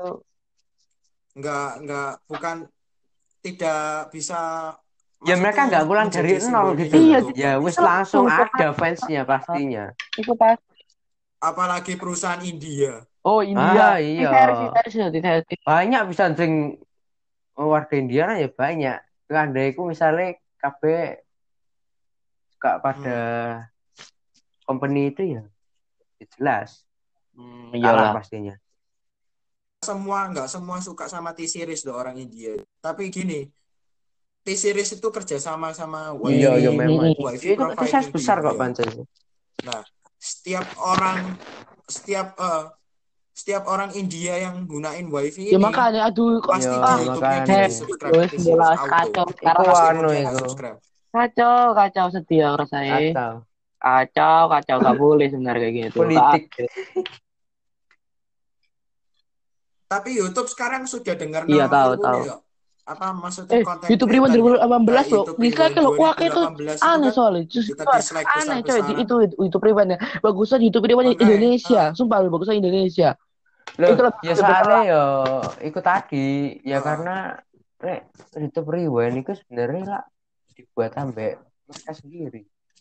nggak nggak bukan tidak bisa, ya mereka maksudnya nggak ngulang dari menjadi nol simbolnya gitu loh. iya, YouTube Ya nggak wis bisa, langsung langsung ada fansnya pastinya. itu pas. apalagi perusahaan India. Oh India, Ah iya. T-Series, T-Series, T-Series. Banyak bisa sing warga India ya banyak. Kan aku misalnya K B suka pada Hmm. company itu ya jelas Hmm, kalah iyalah. pastinya. Semua nggak semua suka sama T-Series loh orang India. Tapi gini, T-Series itu kerjasama sama Iya iya wifi memang. wifi Itu itu provider size di besar kok India. pancen. Nah, setiap orang setiap eh, setiap orang India yang gunain wifi Ya ini makanya aduh kok pasti Yo di ah YouTube-nya makanya dia heh, subscribe ke wes T-Series jelas auto. kacau iku sekarang, Meskipun anu dia nggak iku subscribe. kacau kacau setia rasanya, atau kacau kacau nggak boleh sebenarnya kayak gitu kak. politik. Tapi YouTube sekarang sudah dengar Iya no tahu ilmu tahu. nih kok. Apa maksudnya Eh, konten YouTube Rewind creatornya. dua ribu delapan belas Kayak loh. YouTube Dislike Rewind loh. Wah, kayak itu dua ribu delapan belas itu aneh kan soalnya. Justru kita keluar. dislike Aneh coy di besar-besaran. itu, itu YouTube Rewind ya. Bagusan YouTube Rewind Makanya Indonesia. eh, Sumpah loh, bagusan Indonesia. Loh, Itu lebih, ya lebih soalnya kelas. ya iku tadi ya eh, karena nek YouTube Rewind itu sebenarnya lah dibuat ambek mereka sendiri.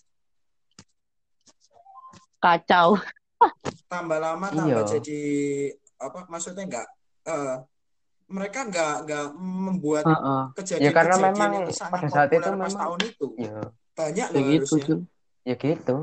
Kacau. tambah lama tambah Iya. jadi apa maksudnya enggak eh, mereka enggak enggak membuat Heeh. Ya karena kejadian-kejadian memang yang sangat pada saat itu populer pas memang tahun itu. ya Banyak Kayak loh gitu, harusnya. cuy. ya gitu.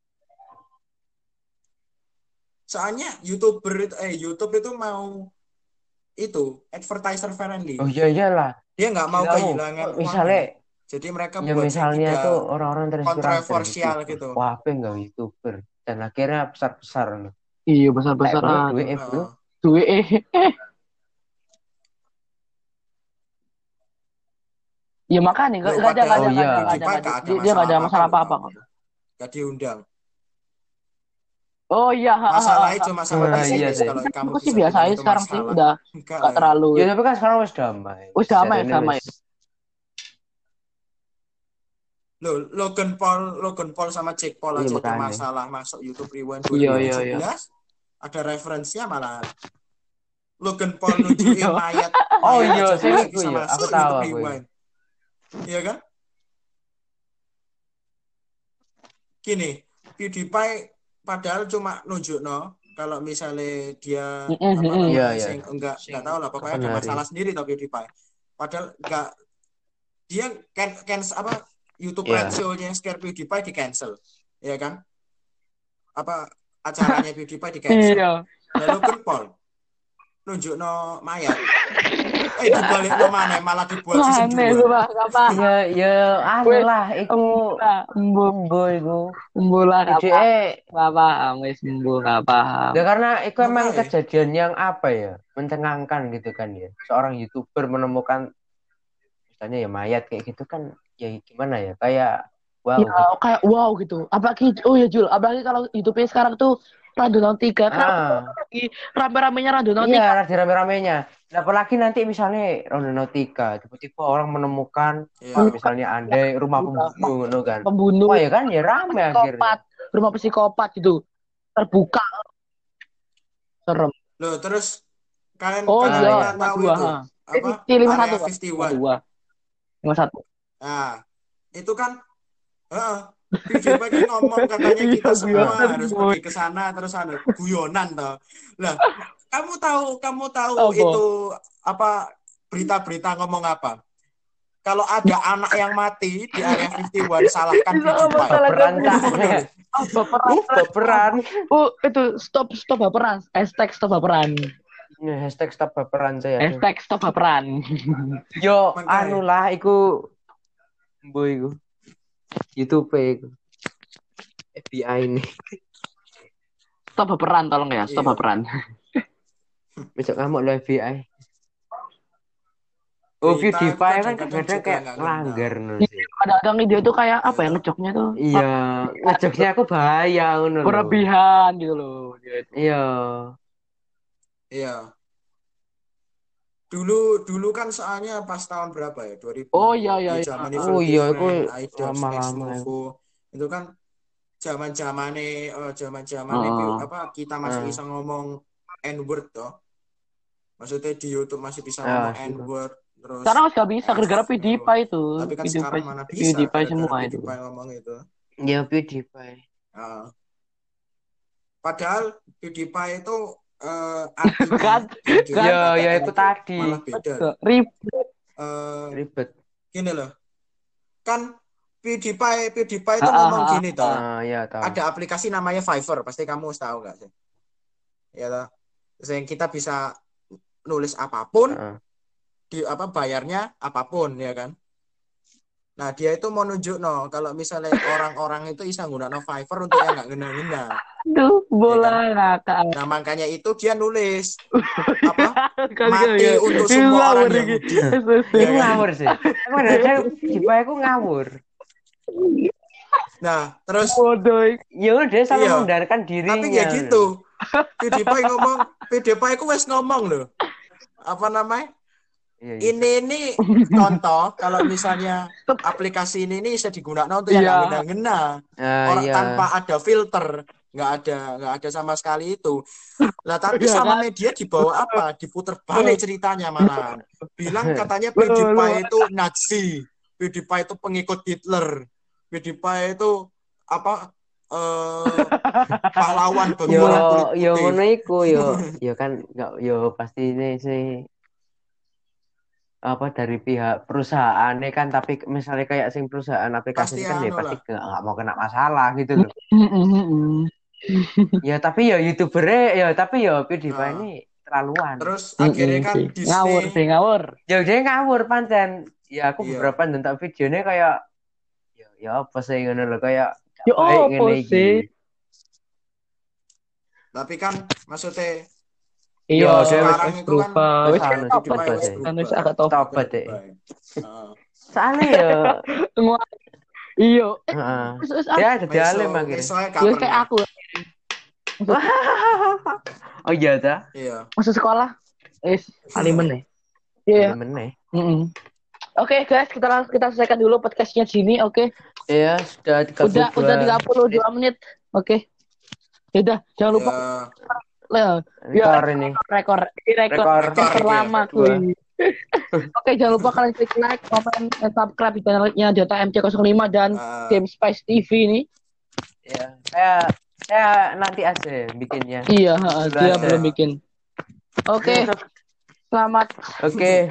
Soalnya YouTuber itu eh YouTube itu mau itu advertiser friendly. Oh iya iyalah. Dia nggak mau Gila kamu. kehilangan Misalnya uangnya. Jadi mereka ya buat yang misalnya tuh tidak orang-orang terinspirasi dari kontroversial YouTuber. gitu. Wah, apa enggak YouTuber? Dan akhirnya besar-besar nih. Iya, Kayak bro, besar-besaran. duit eh bro. Heeh. Duit eh. Ya makanya nggak Loh nggak ada nggak padahal Oh ada nggak iya. ada nggak ada, PewDiePie nggak ada. gak ada Dia dia nggak masalah ada apa-apa masalah loh apa-apa kalau kok. gitu. Gak diundang. Oh iya, ha, ha, Masalah ha. itu masalah Ah, bisnis iya sih. kalau kamu Aku sih bisa biasa bilang aja itu sekarang sih, masalah. udah Enggak gak lah ya. terlalu. Ya tapi kan sekarang wis damai. Wis damai, Jarene damai. wis- Loh, Logan Paul, Logan Paul sama Jake Paul Iya aja itu makanya. masalah masuk YouTube Rewind Iya, iya, dua ribu tujuh belas. Ada referensinya malah Logan Paul nunjukin Iya. mayat Oh mayat iya, aja sing masih iku bisa ya. Aku masuk tahu YouTube aku. Rewind. Iya kan? Gini, PewDiePie padahal cuma nunjuk no kalau misalnya dia Mm-mm, apa mm-mm. Iya, namanya iya. sing enggak Sing enggak tahu lah pokoknya ada kebenaran. masalah sendiri tapi PewDiePie. Padahal enggak dia can, can apa YouTube Iya. Red Show-nya Scare PewDiePie di cancel. Ya kan? Apa acaranya PewDiePie di cancel. Iya. Nah, Logan Paul nunjuk no mayat. Eh dibalik no mana malah dibuat season Aneh dua. tuh, Pak. Gak paham. Ya ya anu Wes, lah iku Mbak, embuh, embo iku. embuh lah, gak Ide paham. Gak paham, wes embuh, gak paham. ya karena itu emang Makanya. kejadian yang apa ya mencengangkan gitu kan ya. Seorang YouTuber menemukan misalnya ya mayat kayak gitu kan ya gimana ya kayak wow. Ya, kayak wow gitu. Apalagi, oh ya Jul, apalagi kalau YouTube sekarang tuh Randonautica. Kan Ah, lagi rame-ramenya Randonautica. iya rame rame-ramenya. Nah, apalagi nanti misalnya Rondonautica tiba-tiba orang menemukan Iya. wah, misalnya andai rumah pembunuh gitu kan. Pembunuh, Wah ya kan ya rame akhirnya. psikopat, rumah psikopat gitu. Terbuka, serem. Loh, terus kalian Oh kalian iya, nggak lima tahu dua, itu ha. apa Eh, lima area satu, lima puluh satu. dua, lima satu. Nah, itu kan heeh, PewDiePie kan ngomong katanya kita Iya, semua guyonan, harus boy. pergi ke sana terus ada guyonan toh. Lah, kamu tahu kamu tahu Apa? itu apa berita-berita ngomong apa? Kalau ada anak yang mati di area lima puluh satu salahkan Bisa ngomong PewDiePie. salah Baperan kamu. tak. Oh, baperan. Uh, baperan. Oh, itu stop stop baperan. Hashtag stop baperan. Ya, hashtag stop baperan saya. Hashtag stop baperan. Yo, Makanya. anu lah, iku boy iku. YouTube iku. F B I ini. Stop baperan tolong ya, stop Iya. baperan. Besok kamu lo F B I. Oh, Berita itu PewDiePie kan kadang-kadang kadang-kadang juga kayak nggak ngelanggar ngena. no sih. Kadang-kadang dia tuh kayak apa ya ngejoknya tuh Iya, ngejoknya aku bahaya ngono lho. berlebihan gitu loh. Dia itu. Iya. Iya. Dulu dulu kan soalnya pas tahun berapa ya? dua ribu. Oh iya iya. Di iya. zaman Ah, Oh iya, Evil aku Different, Idols, Next lama-lama. Novo. Itu kan zaman-zamane eh, zaman-zamane Oh. apa kita masih Ah. bisa ngomong N-word toh. Maksudnya di YouTube masih bisa Ah, ngomong gitu. N-word terus Sekarang nggak bisa gara-gara F, PewDiePie itu. tapi kan PewDiePie, sekarang mana bisa PewDiePie gara-gara semua itu. PewDiePie ngomong itu. Ya PewDiePie. Nah, padahal PewDiePie itu eh, artinya Kan? yang dia Ya, katakan ya itu tadi. malah beda. Ribet. Eh, Ribet. gini loh, kan PewDiePie PewDiePie itu Ah, ngomong ah, gini toh. Ah, ya tahu. Ada aplikasi namanya Fiverr, pasti kamu tahu nggak sih? Ya toh. Terus yang kita bisa nulis apapun, Ah. di apa bayarnya apapun ya kan. Nah dia itu mau nunjuk no kalau misalnya orang-orang itu bisa nggunakan Fiverr untuk yang nggak ngena-ngena. Aduh, bola ngakak. Nah makanya itu dia nulis apa Kali- mati kali- untuk kali- semua ngawur orang iki. Yahudi. Yes, yes, yes. Iku kan? ngawur sih. Aku ada PewDiePie aku ngawur. Nah terus Bodoh. Ya udah salah Iya. mendarkan dirinya. tapi ya gitu. PewDiePie ngomong, PewDiePie aku wes ngomong loh. Apa namanya? Iya, iya. Ini ini contoh kalau misalnya aplikasi ini ini bisa digunakan untuk yang Iya. nggak ngena-ngena. Ah, Orang iya. tanpa ada filter, nggak ada nggak ada sama sekali itu. Lah tapi Iya, sama kan? media dibawa apa? Diputer balik ceritanya malahan. Bilang katanya PewDiePie itu Nazi, PewDiePie itu pengikut Hitler, PewDiePie itu apa? Eh, pahlawan berwarna Yo, kulit yo putih. ngono iku yo, yo kan nggak yo pasti ini sih apa dari pihak perusahaannya kan tapi misalnya kayak sing perusahaan aplikasi Pasti kan ya anu pasti lah. nggak nggak mau kena masalah gitu loh. Mm-mm. Ya tapi ya youtubernya ya tapi ya PewDiePie Nah. ini terlaluan. Terus Mm-mm akhirnya kan sih. Ngawur Disney sih, ngawur. Ya dia ngawur pancen. Ya aku Iya. beberapa nonton videonya kayak ya ya apa sih ngono lho kayak Ya baik apa ngene iki. sih? tapi kan maksudnya Iya, Yo, sekarang wis itu kan berubah. Wis anu, tobat. berubah sih. Kan wis agak tobat. Tobat deh. Heeh. Soalnya ya Iya. Eh, heeh. wis wis Ya jadi Meso- alim akhirnya. mesonya Ya kapan kayak ya? aku. Oh iya dah. Iya. Masuk sekolah. Eh, alimen ya. Iya. Meneh. Mm-mm. Oke guys, kita langsung kita selesaikan dulu podcastnya sini. Oke. Iya, sudah tiga puluh Udah dua udah tiga puluh dua menit. Oke. Yaudah, jangan lupa Ya, ya, Rekor ini. rekor ini rekor, Rekor. rekor terlama Dua. kuy. Oke, jangan lupa kalian klik like, komen, dan subscribe di channelnya Dota M C nol lima dan Ah. Game Spice T V ini. Ya, saya saya nanti aja bikinnya. Iya, ha, Dulu dia aja. belum bikin. Oke, selamat. Oke.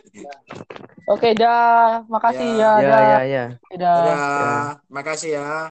Oke, dah. Makasih Ya. ya, Ya, dah. ya, ya. Dah. dadah. Makasih ya.